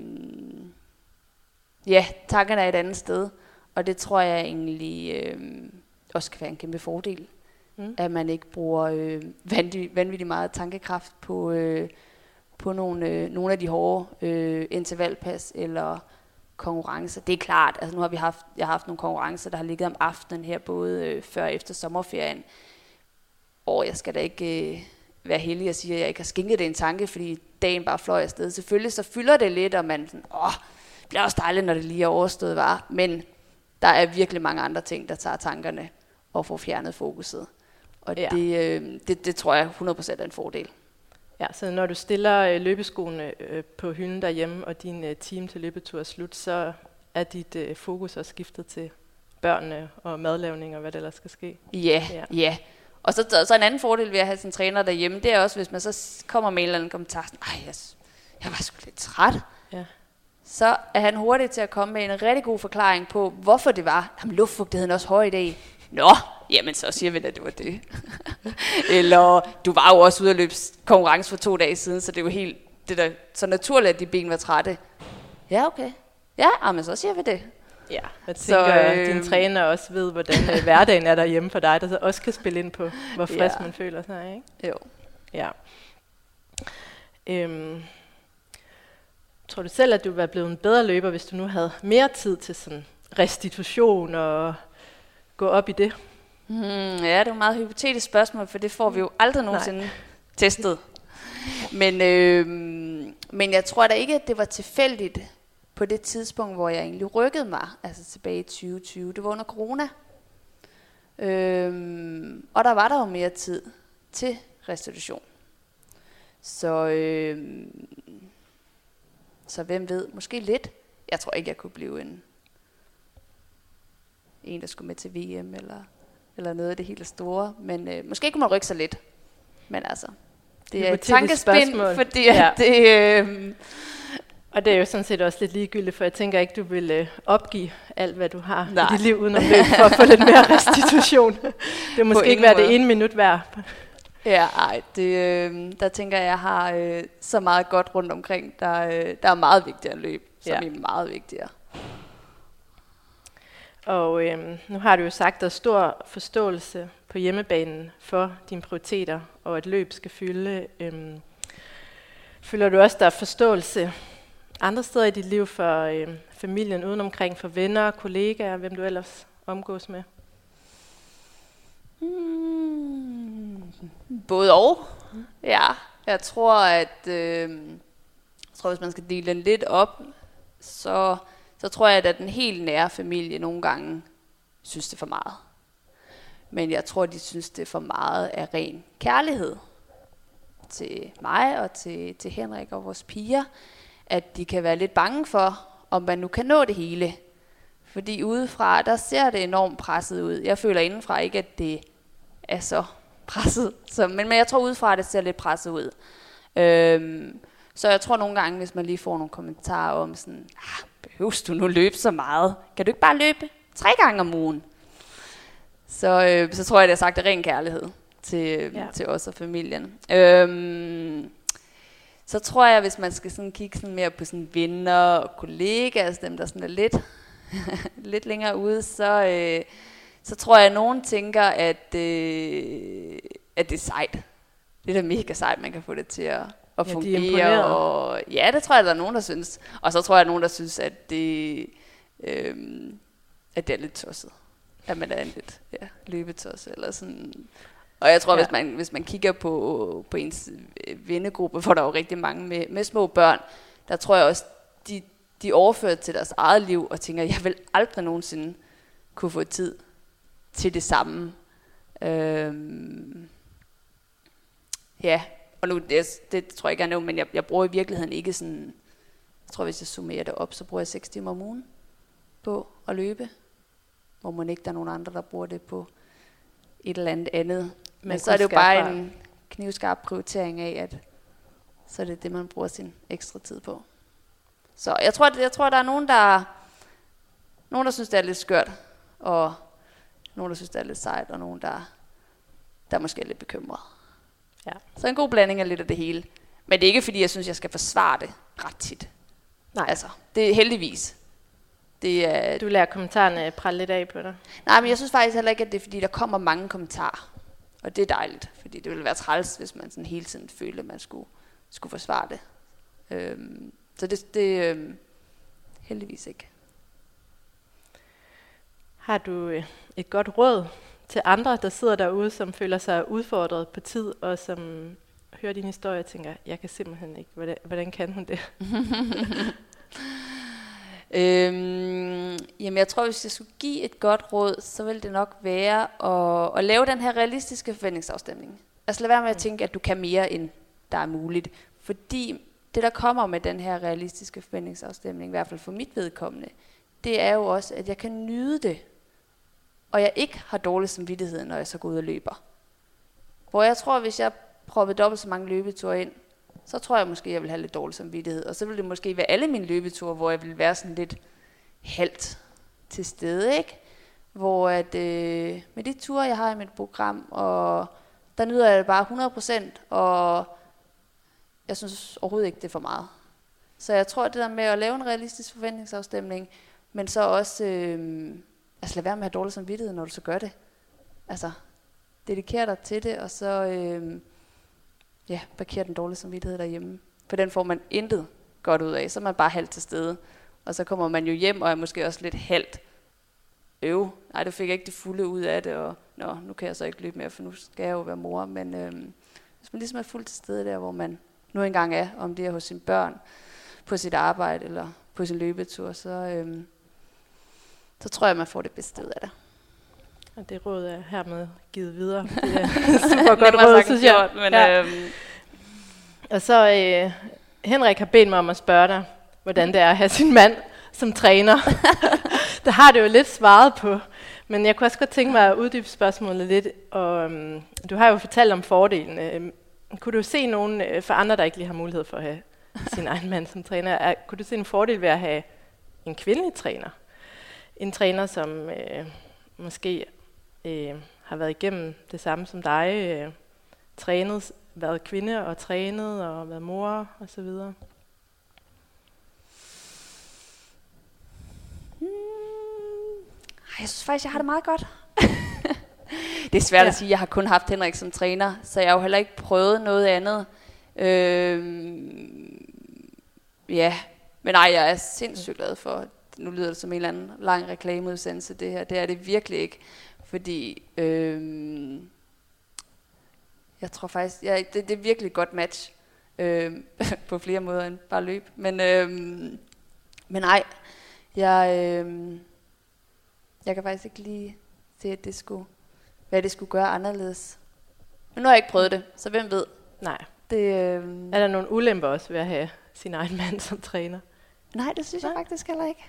ja, tankerne er et andet sted, og det tror jeg egentlig øh, også kan være en kæmpe fordel, mm. at man ikke bruger øh, vanvittigt, vanvittigt meget tankekraft på, øh, på nogle, øh, nogle af de hårde øh, intervalpas eller konkurrencer. Det er klart, altså nu har vi haft, jeg har haft nogle konkurrencer, der har ligget om aftenen her, både øh, før og efter sommerferien, og jeg skal da ikke øh, være heldig og sige, at jeg ikke har skænket det en tanke, fordi dagen bare fløj afsted. Selvfølgelig så fylder det lidt, og man sådan, åh, det bliver også dejligt, når det lige er overstået, var. Men der er virkelig mange andre ting, der tager tankerne og får fjernet fokuset. Og ja. det, øh, det, det tror jeg hundrede procent er en fordel. Ja, så når du stiller øh, løbeskoene øh, på hylden derhjemme, og din øh, time til løbetur er slut, så er dit øh, fokus også skiftet til børnene og madlavning og hvad der ellers skal ske? Ja, ja. ja. Og så, så en anden fordel ved at have sin træner derhjemme, det er også, hvis man så kommer med en eller anden kommentar, sådan, ej, jeg, jeg var sgu lidt træt. Ja. Så er han hurtig til at komme med en rigtig god forklaring på, hvorfor det var. Jamen, luftfugtigheden er også høj i dag. Nå, jamen så siger vi da, at det var det. Eller, du var jo også ude at løbe konkurrence for to dage siden, så det er jo helt det der, så naturligt, at de ben var trætte. Ja, okay. Ja, jamen så siger vi det. Ja, jeg tænker, at øh, din træner også ved, hvordan øh, hverdagen er derhjemme for dig, der så også kan spille ind på, hvor frisk ja. man føler sig, ikke? Jo. Ja. Øhm, tror du selv, at du var blevet en bedre løber, hvis du nu havde mere tid til sådan restitution og gå op i det? Hmm, ja, det er jo et meget hypotetisk spørgsmål, for det får vi jo aldrig nogensinde Nej. testet. Men, øh, men jeg tror da ikke, at det var tilfældigt på det tidspunkt, hvor jeg egentlig rykkede mig, altså tilbage i tyve tyve. Det var under corona. Øhm, og der var der jo mere tid til restitution. Så, øhm, så hvem ved, måske lidt. Jeg tror ikke, jeg kunne blive en, en der skulle med til V M, eller, eller noget af det helt store. Men øh, måske kunne man rykke sig lidt. Men altså, det er et tankespind, fordi ja. at det... Øh, Og det er jo sådan set også lidt ligegyldigt, for jeg tænker ikke, du vil øh, opgive alt, hvad du har Nej. i dit liv udenom løb, for at få lidt mere restitution. Det vil måske ikke være måde. det ene minut værd. Ja, ej, det, øh, der tænker jeg, jeg har øh, så meget godt rundt omkring, der, øh, der er meget vigtigere end løb, som ja. er meget vigtigere. Og øh, nu har du jo sagt, der er stor forståelse på hjemmebanen for dine prioriteter, og at løb skal fylde. Øh, føler du også, der er forståelse andre steder i dit liv for øh, familien udenomkring, for venner, kollegaer, hvem du ellers omgås med? Hmm, både og. Mm. Ja, jeg tror, at øh, jeg tror, hvis man skal dele den lidt op, så, så tror jeg, at den helt nære familie nogle gange synes, det er for meget. Men jeg tror, de synes, det er for meget af ren kærlighed til mig og til, til Henrik og vores piger, at de kan være lidt bange for, om man nu kan nå det hele. Fordi udefra, der ser det enormt presset ud. Jeg føler indenfra ikke, at det er så presset. Så, men, men jeg tror udefra, at det ser lidt presset ud. Øhm, så jeg tror nogle gange, hvis man lige får nogle kommentarer om sådan, ah, behøver du nu løbe så meget? Kan du ikke bare løbe tre gange om ugen? Så, øh, så tror jeg, det er sagt af ren kærlighed til, ja. til os og familien. Øhm, så tror jeg, hvis man skal sådan kigge sådan mere på sådan venner og kollegaer, altså dem der sådan er lidt, lidt længere ude, så, øh, så tror jeg, at nogen tænker, at, øh, at det er sejt. Det er da mega sejt, man kan få det til at, at ja, fungere. Og, ja, det tror jeg, der er nogen, der synes. Og så tror jeg, at nogen, der synes, at det, øh, at det er lidt tosset. At man er en lidt ja, løbetosse eller sådan. Og jeg tror, ja. hvis, man, hvis man kigger på, på ens vennegruppe, hvor der er jo rigtig mange med, med små børn, der tror jeg også, de, de overfører til deres eget liv og tænker, jeg vil aldrig nogensinde kunne få tid til det samme. Øhm, ja, og nu, det, det tror jeg ikke er noget, men jeg, jeg bruger i virkeligheden ikke sådan, jeg tror, hvis jeg summerer det op, så bruger jeg seks timer om ugen på at løbe. Hvor man ikke der er nogen andre, der bruger det på et eller andet andet. Men, Men så er det jo bare en knivskarp prioritering af, at så er det det, man bruger sin ekstra tid på. Så jeg tror, jeg tror der er nogen, der nogen, der synes, det er lidt skørt, og nogen, der synes, det er lidt sejt, og nogen, der, der måske er lidt bekymret. Ja. Så en god blanding af lidt af det hele. Men det er ikke, fordi jeg synes, jeg skal forsvare det ret tit. Nej. Altså, det er heldigvis. Det er, du lader kommentarerne prale lidt af på dig. Nej, men jeg synes faktisk heller ikke, at det er, fordi der kommer mange kommentarer. Og det er dejligt, fordi det ville være træls, hvis man sådan hele tiden følte, at man skulle, skulle forsvare det. Øhm, så det, det øhm, heldigvis ikke. Har du et godt råd til andre, der sidder derude, som føler sig udfordret på tid, og som hører din historie og tænker, jeg kan simpelthen ikke, hvordan, hvordan kan hun det? Øhm, jamen jeg tror, hvis jeg skulle give et godt råd, så ville det nok være at, at lave den her realistiske forventningsafstemning. Altså lad være med at tænke, at du kan mere, end der er muligt. Fordi det, der kommer med den her realistiske forventningsafstemning, i hvert fald for mit vedkommende, det er jo også, at jeg kan nyde det, og jeg ikke har dårlig samvittighed, når jeg så går ud og løber. Hvor jeg tror, hvis jeg proppede dobbelt så mange løbeture ind, så tror jeg måske, jeg vil have lidt dårlig samvittighed. Og så vil det måske være alle mine løbeture, hvor jeg vil være sådan lidt halvt til stede, ikke? Hvor at, øh, med de ture, jeg har i mit program, og der nyder jeg det bare hundrede procent, og jeg synes overhovedet ikke, det er for meget. Så jeg tror, det der med at lave en realistisk forventningsafstemning, men så også, øh, altså lad være med at have dårlig samvittighed, når du så gør det. Altså, dedikere dig til det, og så... Øh, Ja, parkere den dårlige samvittighed derhjemme. For den får man intet godt ud af. Så er man bare halvt til stede. Og så kommer man jo hjem og er måske også lidt halvt. Øv, nej, det fik jeg ikke det fulde ud af det. Og nå, nu kan jeg så ikke løbe mere, for nu skal jeg jo være mor. Men øhm, hvis man ligesom er fuldt til stede der, hvor man nu engang er, om det er hos sine børn, på sit arbejde eller på sin løbetur, så, øhm, så tror jeg, man får det bedste ud af det. Og det råd er hermed givet videre. Det er super godt råd, synes jeg. Men, ja. øhm. Og så øh, Henrik har bedt mig om at spørge dig, hvordan det er at have sin mand som træner. Det har det jo lidt svaret på. Men jeg kunne også godt tænke mig at uddybe spørgsmålet lidt. Og, øhm, du har jo fortalt om fordelene. Øhm, kunne du se nogen, øh, for andre, der ikke lige har mulighed for at have sin egen mand som træner, er, kunne du se en fordel ved at have en kvindelig træner? En træner, som øh, måske... Øh, har været igennem det samme som dig, øh, trænet, været kvinde og trænet og været mor og så videre? Hmm. Jeg synes faktisk, jeg har det meget godt. Det er svært ja. at sige, jeg har kun haft Henrik som træner, så jeg har jo heller ikke prøvet noget andet. Øhm, ja, men nej, jeg er sindssygt glad for, nu lyder det som en eller anden lang reklameudsendelse det her, det er det virkelig ikke. Fordi øhm, jeg tror faktisk, ja, det, det er virkelig et godt match øhm, på flere måder end bare løb. Men, øhm, men nej, jeg, øhm, Jeg kan faktisk ikke lige se, at det skulle, hvad det skulle gøre anderledes. Men nu har jeg ikke prøvet det, så hvem ved? Nej. Det, øh... Er der nogle ulemper også ved at have sin egen mand som træner? Nej, det synes nej. jeg faktisk heller ikke.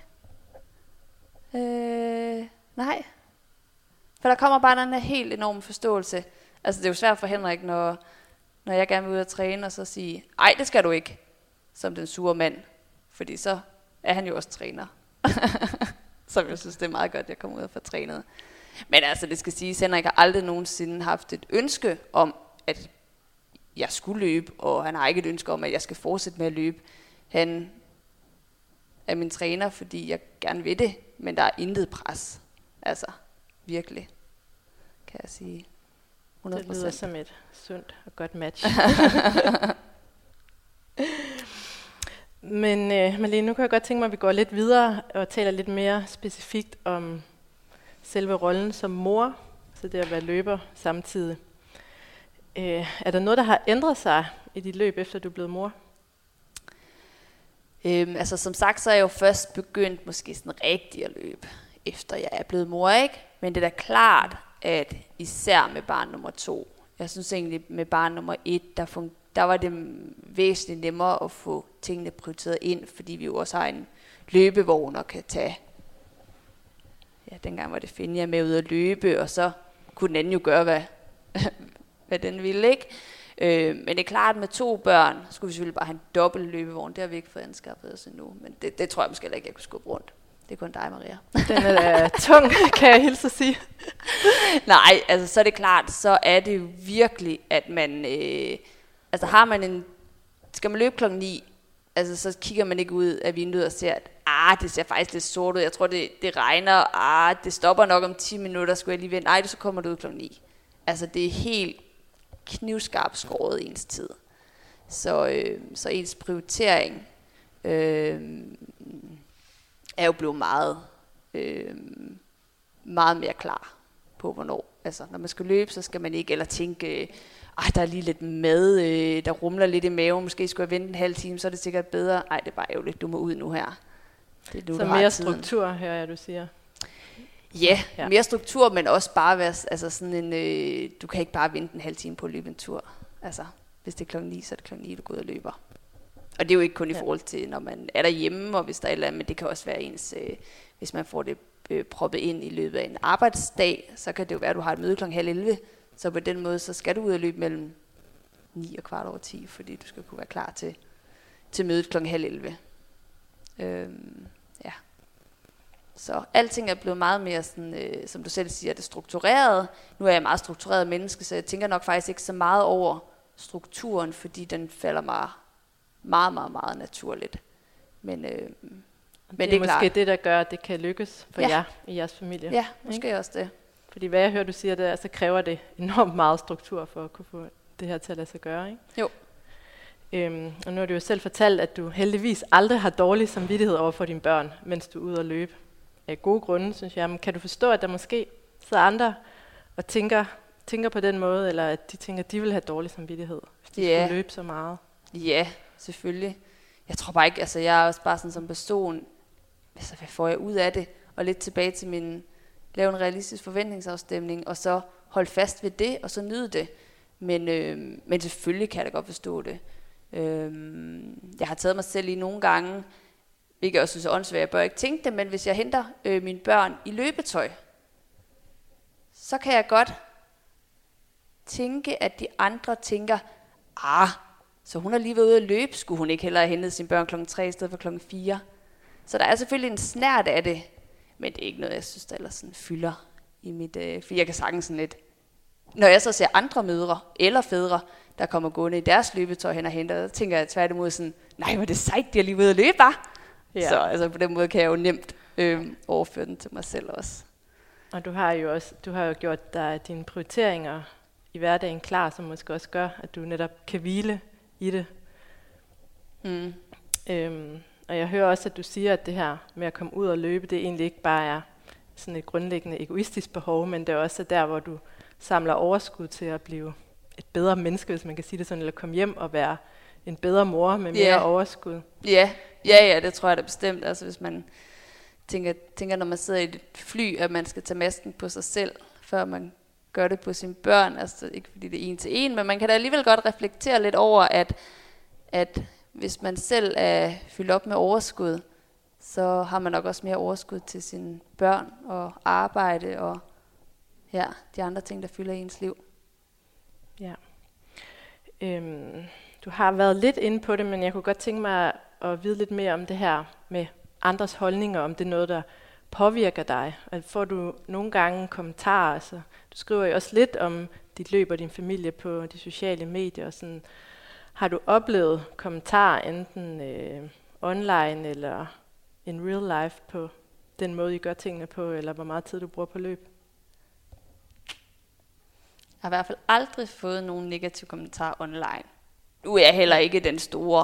Øh, nej. For der kommer bare den her helt enorme forståelse. Altså det er jo svært for Henrik, når, når jeg gerne vil ud og træne, og så sige, ej, det skal du ikke, som den sure mand. Fordi så er han jo også træner. Som jeg synes, det er meget godt, at jeg kommer ud og får trænet. Men altså, det skal siges, Henrik har aldrig nogensinde haft et ønske om, at jeg skulle løbe, og han har ikke et ønske om, at jeg skal fortsætte med at løbe. Han er min træner, fordi jeg gerne vil det, men der er intet pres. Altså, virkelig, kan jeg sige. hundrede procent. Det lyder som et sundt og godt match. Men øh, Malene, nu kan jeg godt tænke mig, at vi går lidt videre og taler lidt mere specifikt om selve rollen som mor, så det at være løber samtidig. Øh, er der noget, der har ændret sig i dit løb, efter du er blevet mor? Øhm, altså som sagt, så er jeg jo først begyndt måske sådan rigtig at løbe, efter jeg er blevet mor, ikke? Men det er da klart, at især med barn nummer to, jeg synes egentlig med barn nummer et, der, fun- der var det væsentligt nemmere at få tingene prioriteret ind, fordi vi jo også har en løbevogn og kan tage, ja, dengang var det Finja med ud at løbe, og så kunne den anden jo gøre, hvad, hvad den ville, ikke? Øh, men det er klart, at med to børn skulle vi selvfølgelig bare have en dobbelt løbevogn. Det har vi ikke fået anskaffet os endnu, men det, det tror jeg måske heller ikke, jeg kunne skubbe rundt. Det er kun dig, Maria. Den er uh, tung, kan jeg hilse at sige. Nej, altså så er det klart, så er det jo virkelig, at man, øh, altså har man en, skal man løbe klokken ni, altså så kigger man ikke ud af vinduet og ser, at ah, det ser faktisk lidt sort ud, jeg tror det, det regner, ah, det stopper nok om ti minutter, skulle jeg lige vente, nej, så kommer du ud klokken ni. Altså det er helt knivskarpt skåret ens tid. Så, øh, så ens prioritering øh, er jo blevet meget, øh, meget mere klar på, hvornår. Altså, når man skal løbe, så skal man ikke eller tænke, ej, der er lige lidt mad, øh, der rumler lidt i maven, måske skulle jeg vente en halv time, så er det sikkert bedre. Ej, det er bare ærgerligt, du må ud nu her. Det er nu, så mere struktur, hører jeg, du siger. Ja, ja, mere struktur, men også bare være, altså sådan en, øh, du kan ikke bare vente en halv time på at løbe en tur. Altså, hvis det er klokken ni, så er det klokken ni, du går ud og løber. Og det er jo ikke kun i forhold til, når man er derhjemme, og hvis der er et eller andet, men det kan også være ens, øh, hvis man får det øh, proppet ind i løbet af en arbejdsdag, så kan det jo være, at du har et møde klokken halv elleve, så på den måde, så skal du ud og løbe mellem ni og kvart over ti, fordi du skal kunne være klar til, til mødet klokken halv elleve. Øhm, ja. Så alting er blevet meget mere, sådan, øh, som du selv siger, det struktureret. Nu er jeg meget struktureret menneske, så jeg tænker nok faktisk ikke så meget over strukturen, fordi den falder mig meget, meget, meget naturligt. Men, øh, men det er, det er måske klart. det, der gør, at det kan lykkes for ja. jer i jeres familie. Ja, måske ikke? Også det. Fordi hvad jeg hører, du siger, det er, så kræver det enormt meget struktur for at kunne få det her til at lade sig gøre, ikke? Jo. Øhm, og nu har du jo selv fortalt, at du heldigvis aldrig har dårlig samvittighed over for dine børn, mens du er ude og løbe. Af gode grunde, synes jeg. Men kan du forstå, at der måske sidder andre og tænker, tænker på den måde, eller at de tænker, at de vil have dårlig samvittighed, hvis de yeah. skulle løbe så meget? Ja, selvfølgelig. Jeg tror bare ikke, altså jeg er også bare sådan som person, altså hvad får jeg ud af det? Og lidt tilbage til min, lave en realistisk forventningsafstemning, og så holde fast ved det, og så nyde det. Men, øh, men selvfølgelig kan jeg da godt forstå det. Øh, jeg har taget mig selv i nogle gange, hvilket jeg også synes er åndssvagt, jeg bør ikke tænke det, men hvis jeg henter øh, mine børn i løbetøj, så kan jeg godt tænke, at de andre tænker, ah, så hun har lige været ude at løbe, skulle hun ikke hellere have hentet sine børn klokken tre i stedet for klokken fire. Så der er selvfølgelig en snert af det, men det er ikke noget, jeg synes, der ellers sådan fylder i mit, øh, for jeg kan sagtens sådan lidt, når jeg så ser andre mødre eller fædre, der kommer gående i deres løbetøj hen og henter, så tænker jeg tværtimod sådan, nej, hvor er det sejt, de har lige været ude at løbe, bare. Ja. Så altså, på den måde kan jeg jo nemt øh, overføre den til mig selv også. Og du har jo også, du har jo gjort dig dine prioriteringer i hverdagen klar, som måske også gør, at du netop kan hvile i det. Mm. Øhm, og jeg hører også, at du siger, at det her med at komme ud og løbe, det egentlig ikke bare er sådan et grundlæggende egoistisk behov, men det er også der, hvor du samler overskud til at blive et bedre menneske, hvis man kan sige det sådan, eller komme hjem og være en bedre mor med mere yeah. overskud. Ja, yeah. ja, ja, det tror jeg da bestemt. Altså hvis man tænker, tænker, når man sidder i et fly, at man skal tage masken på sig selv, før man gør det på sine børn. Altså ikke fordi det er en til en, men man kan da alligevel godt reflektere lidt over, at, at hvis man selv er fyldt op med overskud, så har man nok også mere overskud til sine børn og arbejde og ja, de andre ting, der fylder ens liv. Ja. Øhm, du har været lidt inde på det, men jeg kunne godt tænke mig at vide lidt mere om det her med andres holdninger, om det er noget, der påvirker dig. Altså, får du nogle gange kommentarer? Altså, du skriver jo også lidt om dit løb og din familie på de sociale medier. Og sådan. Har du oplevet kommentarer enten øh, online eller in real life på den måde, I gør tingene på, eller hvor meget tid du bruger på løb? Jeg har i hvert fald aldrig fået nogen negative kommentarer online. Nu er jeg heller ikke den store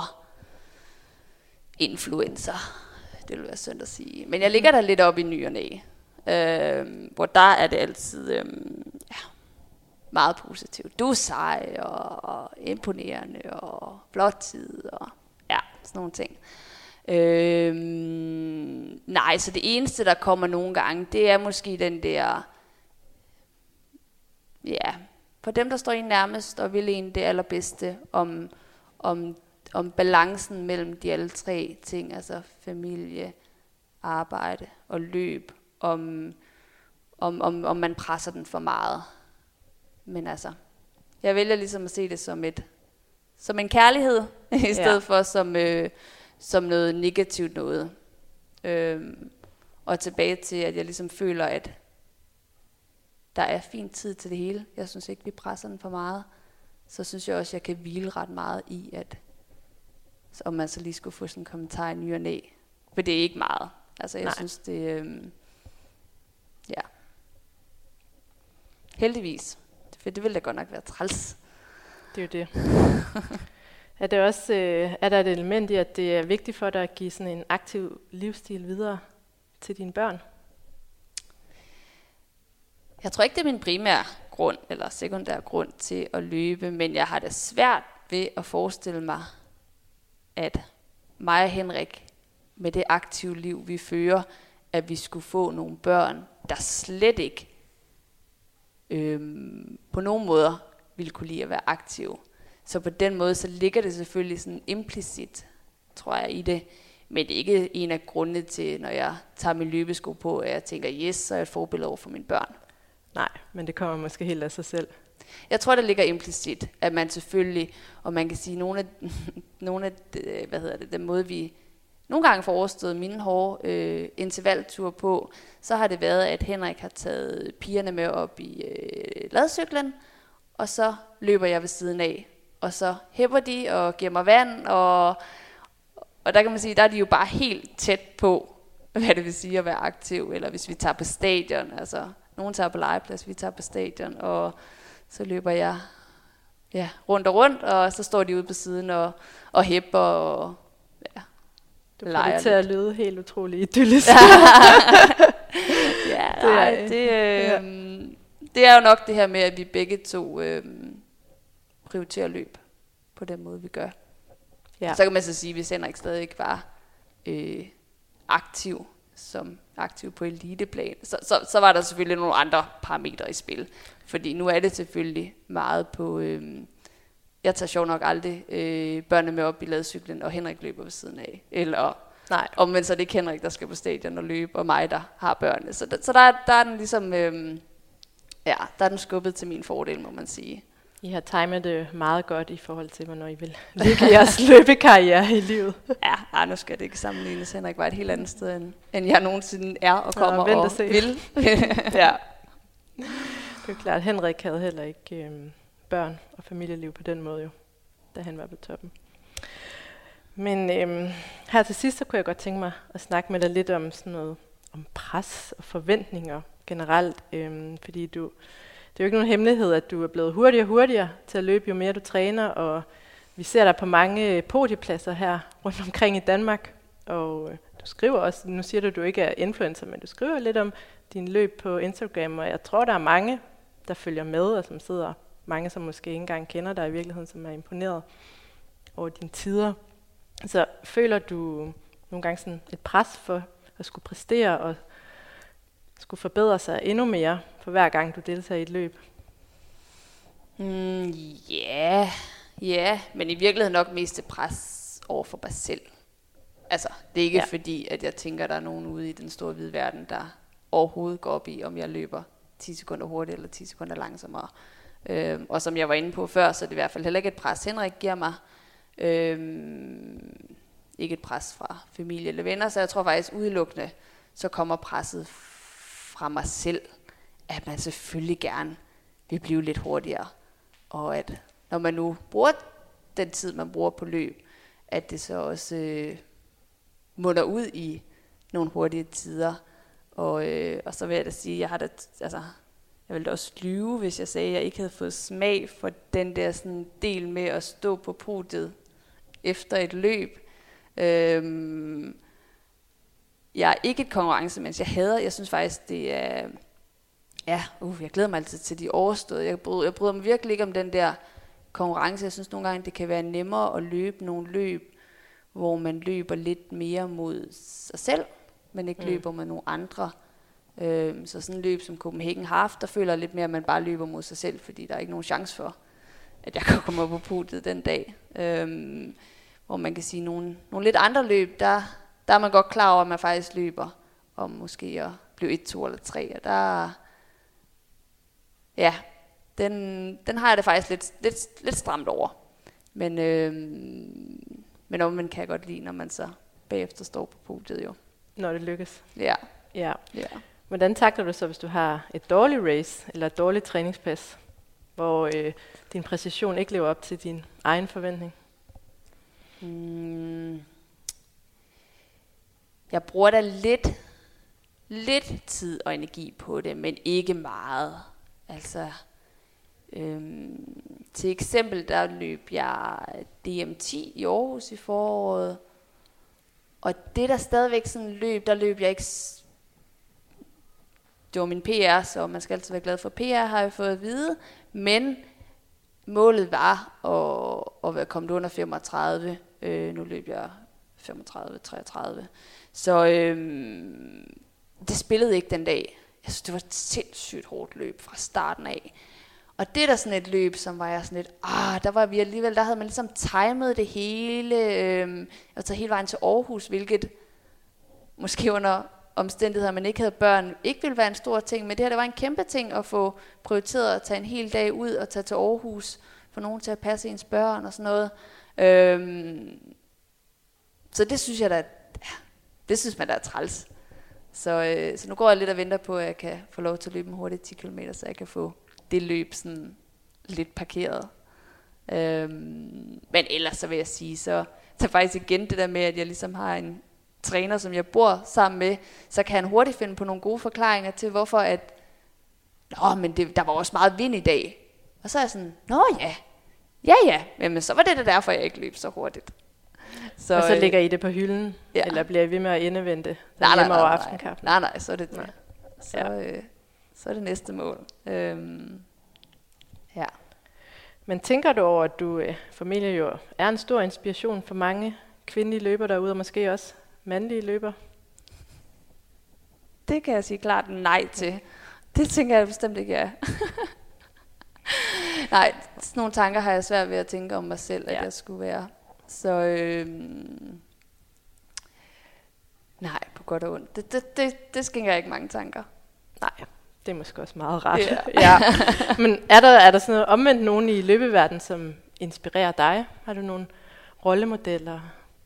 influencer. Det vil være synd at sige. Men jeg ligger der lidt op i ny og næ. Øh, hvor der er det altid øh, ja, meget positivt. Du er sej og, og imponerende og flot tid og ja, sådan nogle ting. Øh, nej, så det eneste, der kommer nogle gange, det er måske den der, ja, for dem, der står en nærmest og vil en det allerbedste, om, om, om balancen mellem de alle tre ting, altså familie, arbejde og løb, om, om, om, om man presser den for meget. Men altså, jeg vælger ligesom at se det som et som en kærlighed, i stedet ja. for som, øh, som noget negativt noget. Øhm, og tilbage til, at jeg ligesom føler, at der er fin tid til det hele. Jeg synes ikke, vi presser den for meget. Så synes jeg også, at jeg kan hvile ret meget i, at om man så lige skulle få sådan en kommentar i ny og næ. For det er ikke meget. Altså jeg Nej. synes, det øhm, ja. Heldigvis. For det ville da godt nok være træls. Det er jo det. Er, det også, øh, er der et element i, at det er vigtigt for dig at give sådan en aktiv livsstil videre til dine børn? Jeg tror ikke, det er min primære grund, eller sekundære grund til at løbe, men jeg har det svært ved at forestille mig, at mig og Henrik, med det aktive liv, vi fører, at vi skulle få nogle børn, der slet ikke øhm, på nogen måder ville kunne lide at være aktive. Så på den måde, så ligger det selvfølgelig sådan implicit, tror jeg, i det. Men det er ikke en af grundene til, når jeg tager min løbesko på, at jeg tænker, yes, så er jeg et forbillede over for mine børn. Nej, men det kommer måske helt af sig selv. Jeg tror, det ligger implicit, at man selvfølgelig, og man kan sige, nogle af, nogle af hvad hedder det, den måde, vi nogle gange får overstået mine hårde øh, intervalture på, så har det været, at Henrik har taget pigerne med op i øh, ladcyklen, og så løber jeg ved siden af. Og så hæpper de og giver mig vand, og, og der kan man sige, der er de jo bare helt tæt på, hvad det vil sige at være aktiv. Eller hvis vi tager på stadion, altså nogen tager på legeplads, vi tager på stadion, og så løber jeg ja, rundt og rundt, og så står de ude på siden og, og hæpper og ja, du får det til at lyde helt utroligt idyllisk. ja, nej, det, øh, det er jo nok det her med, at vi begge to øh, prioriterer løb på den måde, vi gør. Ja. Så kan man så sige, hvis Henrik stadig ikke var øh, aktiv, som aktiv på eliteplan, så, så, så var der selvfølgelig nogle andre parametre i spil. Fordi nu er det selvfølgelig meget på, øh, jeg tager sjov nok aldrig øh, børnene med op i ladcyklen, og Henrik løber ved siden af. Eller nej, omvendt så er det ikke Henrik, der skal på stadion og løbe, og mig, der har børnene. Så, der, så der, der er den ligesom, øh, ja, der er den skubbet til min fordel, må man sige. I har timet det meget godt i forhold til, hvornår I vil ligge jeres løbekarriere i livet. Ja, ej, nu skal det ikke sammenlignes. Henrik var et helt andet sted, end, end jeg nogensinde er og kommer ja, og, og vil. Ja. Det er klart, Henrik havde heller ikke øh, børn og familieliv på den måde, jo, da han var på toppen. Men øh, her til sidst, så kunne jeg godt tænke mig at snakke med dig lidt om sådan noget, om pres og forventninger generelt, øh, fordi du... Det er jo ikke nogen hemmelighed, at du er blevet hurtigere og hurtigere til at løbe, jo mere du træner, og vi ser dig på mange podiepladser her rundt omkring i Danmark. Og du skriver også, nu siger du, at du ikke er influencer, men du skriver lidt om din løb på Instagram, og jeg tror, der er mange, der følger med, og som sidder, mange som måske ikke engang kender dig i virkeligheden, som er imponeret over dine tider. Så føler du nogle gange sådan et pres for at skulle præstere og skulle forbedre sig endnu mere for hver gang du deltager i et løb? Mm, ja, ja, men i virkeligheden nok mest et pres over for mig selv. Altså, det er ikke ja. fordi, at jeg tænker, at der er nogen ude i den store hvide verden, der overhovedet går op i, om jeg løber ti sekunder hurtigt eller ti sekunder langsommere. Øhm, og som jeg var inde på før, så er det i hvert fald heller ikke et pres, Henrik giver mig. Øhm, ikke et pres fra familie eller venner, så jeg tror faktisk udelukkende, så kommer presset fra mig selv, at man selvfølgelig gerne vil blive lidt hurtigere. Og at når man nu bruger den tid, man bruger på løb, at det så også øh, munder ud i nogle hurtige tider. Og, øh, og så vil jeg da sige, jeg har da, altså, jeg ville da også lyve, hvis jeg sagde, at jeg ikke havde fået smag for den der sådan del med at stå på podiet efter et løb. Øhm, jeg er ikke et konkurrencemens, jeg hader, jeg synes faktisk, det er, ja, uh, jeg glæder mig altid til de overståede. Jeg bryder, jeg bryder mig virkelig ikke om den der konkurrence. Jeg synes nogle gange, det kan være nemmere at løbe nogle løb, hvor man løber lidt mere mod sig selv, men ikke mm. løber med nogle andre. Øhm, så sådan en løb som Copenhagen Half, der føler jeg lidt mere, at man bare løber mod sig selv, fordi der er ikke nogen chance for, at jeg kan komme op på podiet den dag. Øhm, hvor man kan sige, nogle, nogle lidt andre løb, der, der er man godt klar over, at man faktisk løber om måske at blive et, to eller tre. Og der, ja, den, den har jeg det faktisk lidt, lidt, lidt stramt over. Men, øhm, men omvendt kan jeg godt lide, når man så bagefter står på podiet jo. Når det lykkes. Ja. Ja. Ja. Hvordan takler du så, hvis du har et dårligt race eller et dårligt træningspas, hvor øh, din præcision ikke lever op til din egen forventning? Mm. Jeg bruger da lidt, lidt tid og energi på det, men ikke meget. Altså, øhm, til eksempel, der løb jeg D M ti i Aarhus i foråret, og det der stadigvæk sådan løb, der løb jeg ikke. Det var min P R, så man skal altid være glad for P R, har jeg fået at vide. Men målet var at, at komme under femogtredive. Øh, nu løb jeg femogtredive treogtredive. Så øhm, det spillede ikke den dag. Jeg synes, det var et sindssygt hårdt løb fra starten af. Og det er der sådan et løb, som var jeg sådan lidt, ah, der var vi alligevel, der havde man ligesom timet det hele. Øh, jeg var taget hele vejen til Aarhus, hvilket måske under omstændigheder, man ikke havde børn, ikke ville være en stor ting, men det her, det var en kæmpe ting at få prioriteret at tage en hel dag ud og tage til Aarhus, få nogen til at passe ens børn og sådan noget. Øhm, så det synes jeg da, ja, det synes man da er træls. Så, øh, så nu går jeg lidt og venter på, at jeg kan få lov til at løbe en hurtigt ti kilometer, så jeg kan få det løb sådan lidt parkeret. Øhm, men ellers så vil jeg sige, så, så faktisk igen det der med, at jeg ligesom har en træner, som jeg bor sammen med, så kan han hurtigt finde på nogle gode forklaringer til, hvorfor at, nå, men det, der var også meget vind i dag. Og så er jeg sådan, nå ja, ja ja, men så var det det derfor, jeg ikke løb så hurtigt. Så, og så ligger I det på hylden, ja. Eller bliver I ved med at indevente nej, nej, nej, over nej, aftenkaffen? Nej, nej, så er det det. Så, ja. øh, så er det næste mål. Øhm, ja. Men tænker du over, at du øh, familie jo er en stor inspiration for mange kvindelige løbere derude, og måske også mandlige løbere? Det kan jeg sige klart nej til. Det tænker jeg bestemt ikke, jeg nej, sådan nogle tanker har jeg svært ved at tænke om mig selv, at ja. jeg skulle være. Så øhm, nej, på godt og ondt. Det, det, det, det skænker jeg ikke mange tanker. Nej, det er måske også meget rart. Yeah. Ja. Men er der, er der sådan noget omvendt nogen i løbeverdenen, som inspirerer dig? Har du nogle rollemodeller?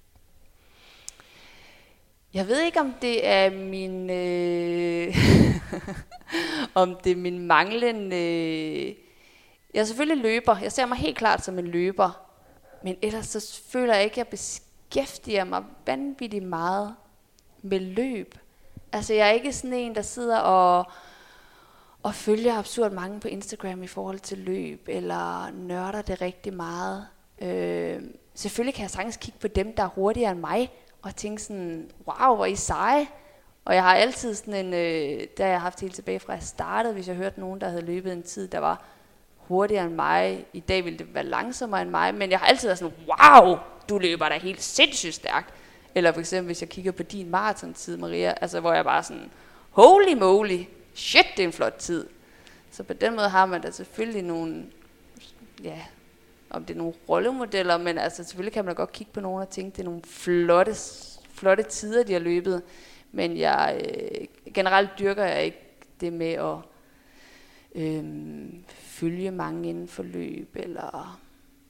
Jeg ved ikke, om det er min øh, om det er min manglende. Øh, jeg er selvfølgelig løber. Jeg ser mig helt klart som en løber. Men ellers så føler jeg ikke, at jeg beskæftiger mig vanvittigt meget med løb. Altså jeg er ikke sådan en, der sidder og, og følger absurd mange på Instagram i forhold til løb, eller nørder det rigtig meget. Øh, selvfølgelig kan jeg sagtens kigge på dem, der er hurtigere end mig, og tænke sådan, wow, hvor er I seje. Og jeg har altid sådan en, øh, der jeg har haft helt tilbage fra jeg startede, hvis jeg hørte nogen, der havde løbet en tid, der var hurtigere end mig. I dag ville det være langsommere end mig, men jeg har altid været sådan, wow, du løber da helt sindssygt stærkt. Eller for eksempel, hvis jeg kigger på din maratontid, Maria, altså hvor jeg bare sådan, holy moly, shit, det er en flot tid. Så på den måde har man da selvfølgelig nogle, ja, om det er nogle rollemodeller, men altså selvfølgelig kan man da godt kigge på nogle og tænke, det er nogle flotte, flotte tider, de har løbet. Men jeg, øh, generelt dyrker jeg ikke det med at øh, følge mange inden for løb, eller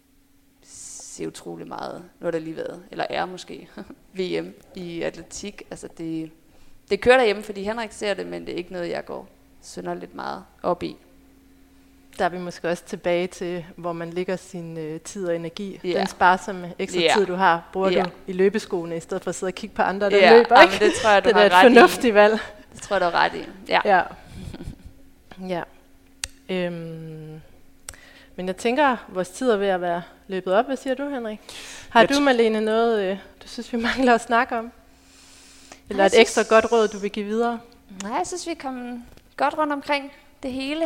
se utrolig meget, nu har der lige været, eller er måske, V M i atletik. Altså det, det kører derhjemme, fordi Henrik ser det, men det er ikke noget, jeg går synderligt meget op i. Der er vi måske også tilbage til, hvor man lægger sin øh, tid og energi. Yeah. Den sparsomme ekstra Yeah. tid, du har, bruger Yeah. du i løbeskoene, i stedet for at sidde og kigge på andre, der Ja, løber. ja, Ikke? men det tror jeg, du det har er et ret fornuftigt valg. Det tror jeg, du har ret i. Ja. Ja. ja. Øhm. Men jeg tænker, vores tid er ved at være løbet op. Hvad siger du, Henrik? Har Jeg du, t- Malene, noget, øh, du synes, vi mangler at snakke om? Eller jeg et synes- ekstra godt råd, du vil give videre? Nej, jeg synes, vi er kommet godt rundt omkring det hele.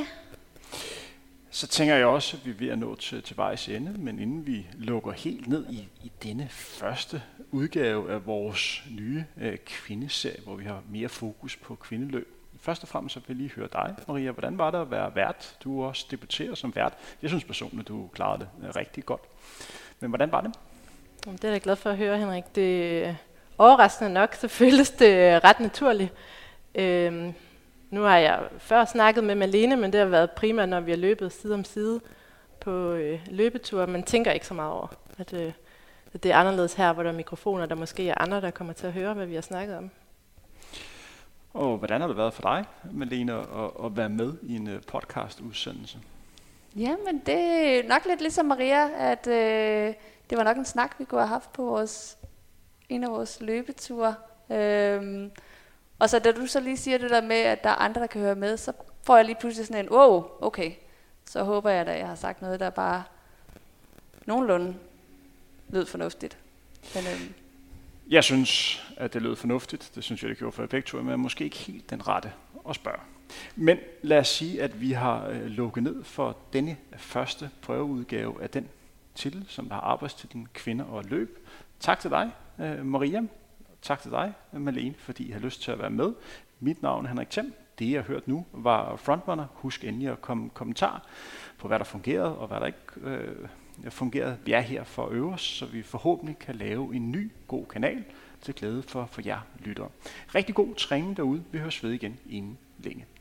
Så tænker jeg også, at vi er ved at nå til, til vejs ende, men inden vi lukker helt ned i, i denne første udgave af vores nye øh, kvindeserie, hvor vi har mere fokus på kvindeløb. Først og fremmest så vil jeg lige høre dig, Maria. Hvordan var det at være vært? Du også debuterer som vært. Jeg synes personligt, du klarede det øh, rigtig godt. Men hvordan var det? Jamen, det er jeg glad for at høre, Henrik. Det er overraskende nok, så føles det ret naturligt. Øhm, nu har jeg før snakket med Malene, men det har været primært, når vi har løbet side om side på øh, løbeture. Man tænker ikke så meget over, at, øh, at det er anderledes her, hvor der er mikrofoner, der måske er andre, der kommer til at høre, hvad vi har snakket om. Og hvordan har det været for dig, Malene, at, at være med i en uh, podcast-udsendelse? Jamen, det er nok lidt ligesom Maria, at øh, det var nok en snak, vi kunne have haft på vores, en af vores løbeture. Øhm, og så da du så lige siger det der med, at der er andre, der kan høre med, så får jeg lige pludselig sådan en, wow, okay. Så håber jeg, at jeg har sagt noget, der bare nogenlunde lød fornuftigt. Men, øhm, Jeg synes, at det lød fornuftigt. Det synes jeg, det gjorde for begge to, men måske ikke helt den rette at spørge. Men lad os sige, at vi har øh, lukket ned for denne første prøveudgave af den titel, som der har arbejdstitlen Kvinder og Løb. Tak til dig, øh, Maria. Tak til dig, Malene, fordi I har lyst til at være med. Mit navn er Henrik Thiem. Det, jeg har hørt nu, var Frontrunner. Husk endelig at komme kommentar på, hvad der fungerede og hvad der ikke øh, fungerede. Vi er her for at øve os, så vi forhåbentlig kan lave en ny, god kanal til glæde for, for jer lyttere. Rigtig god træning derude. Vi høres ved igen inden længe.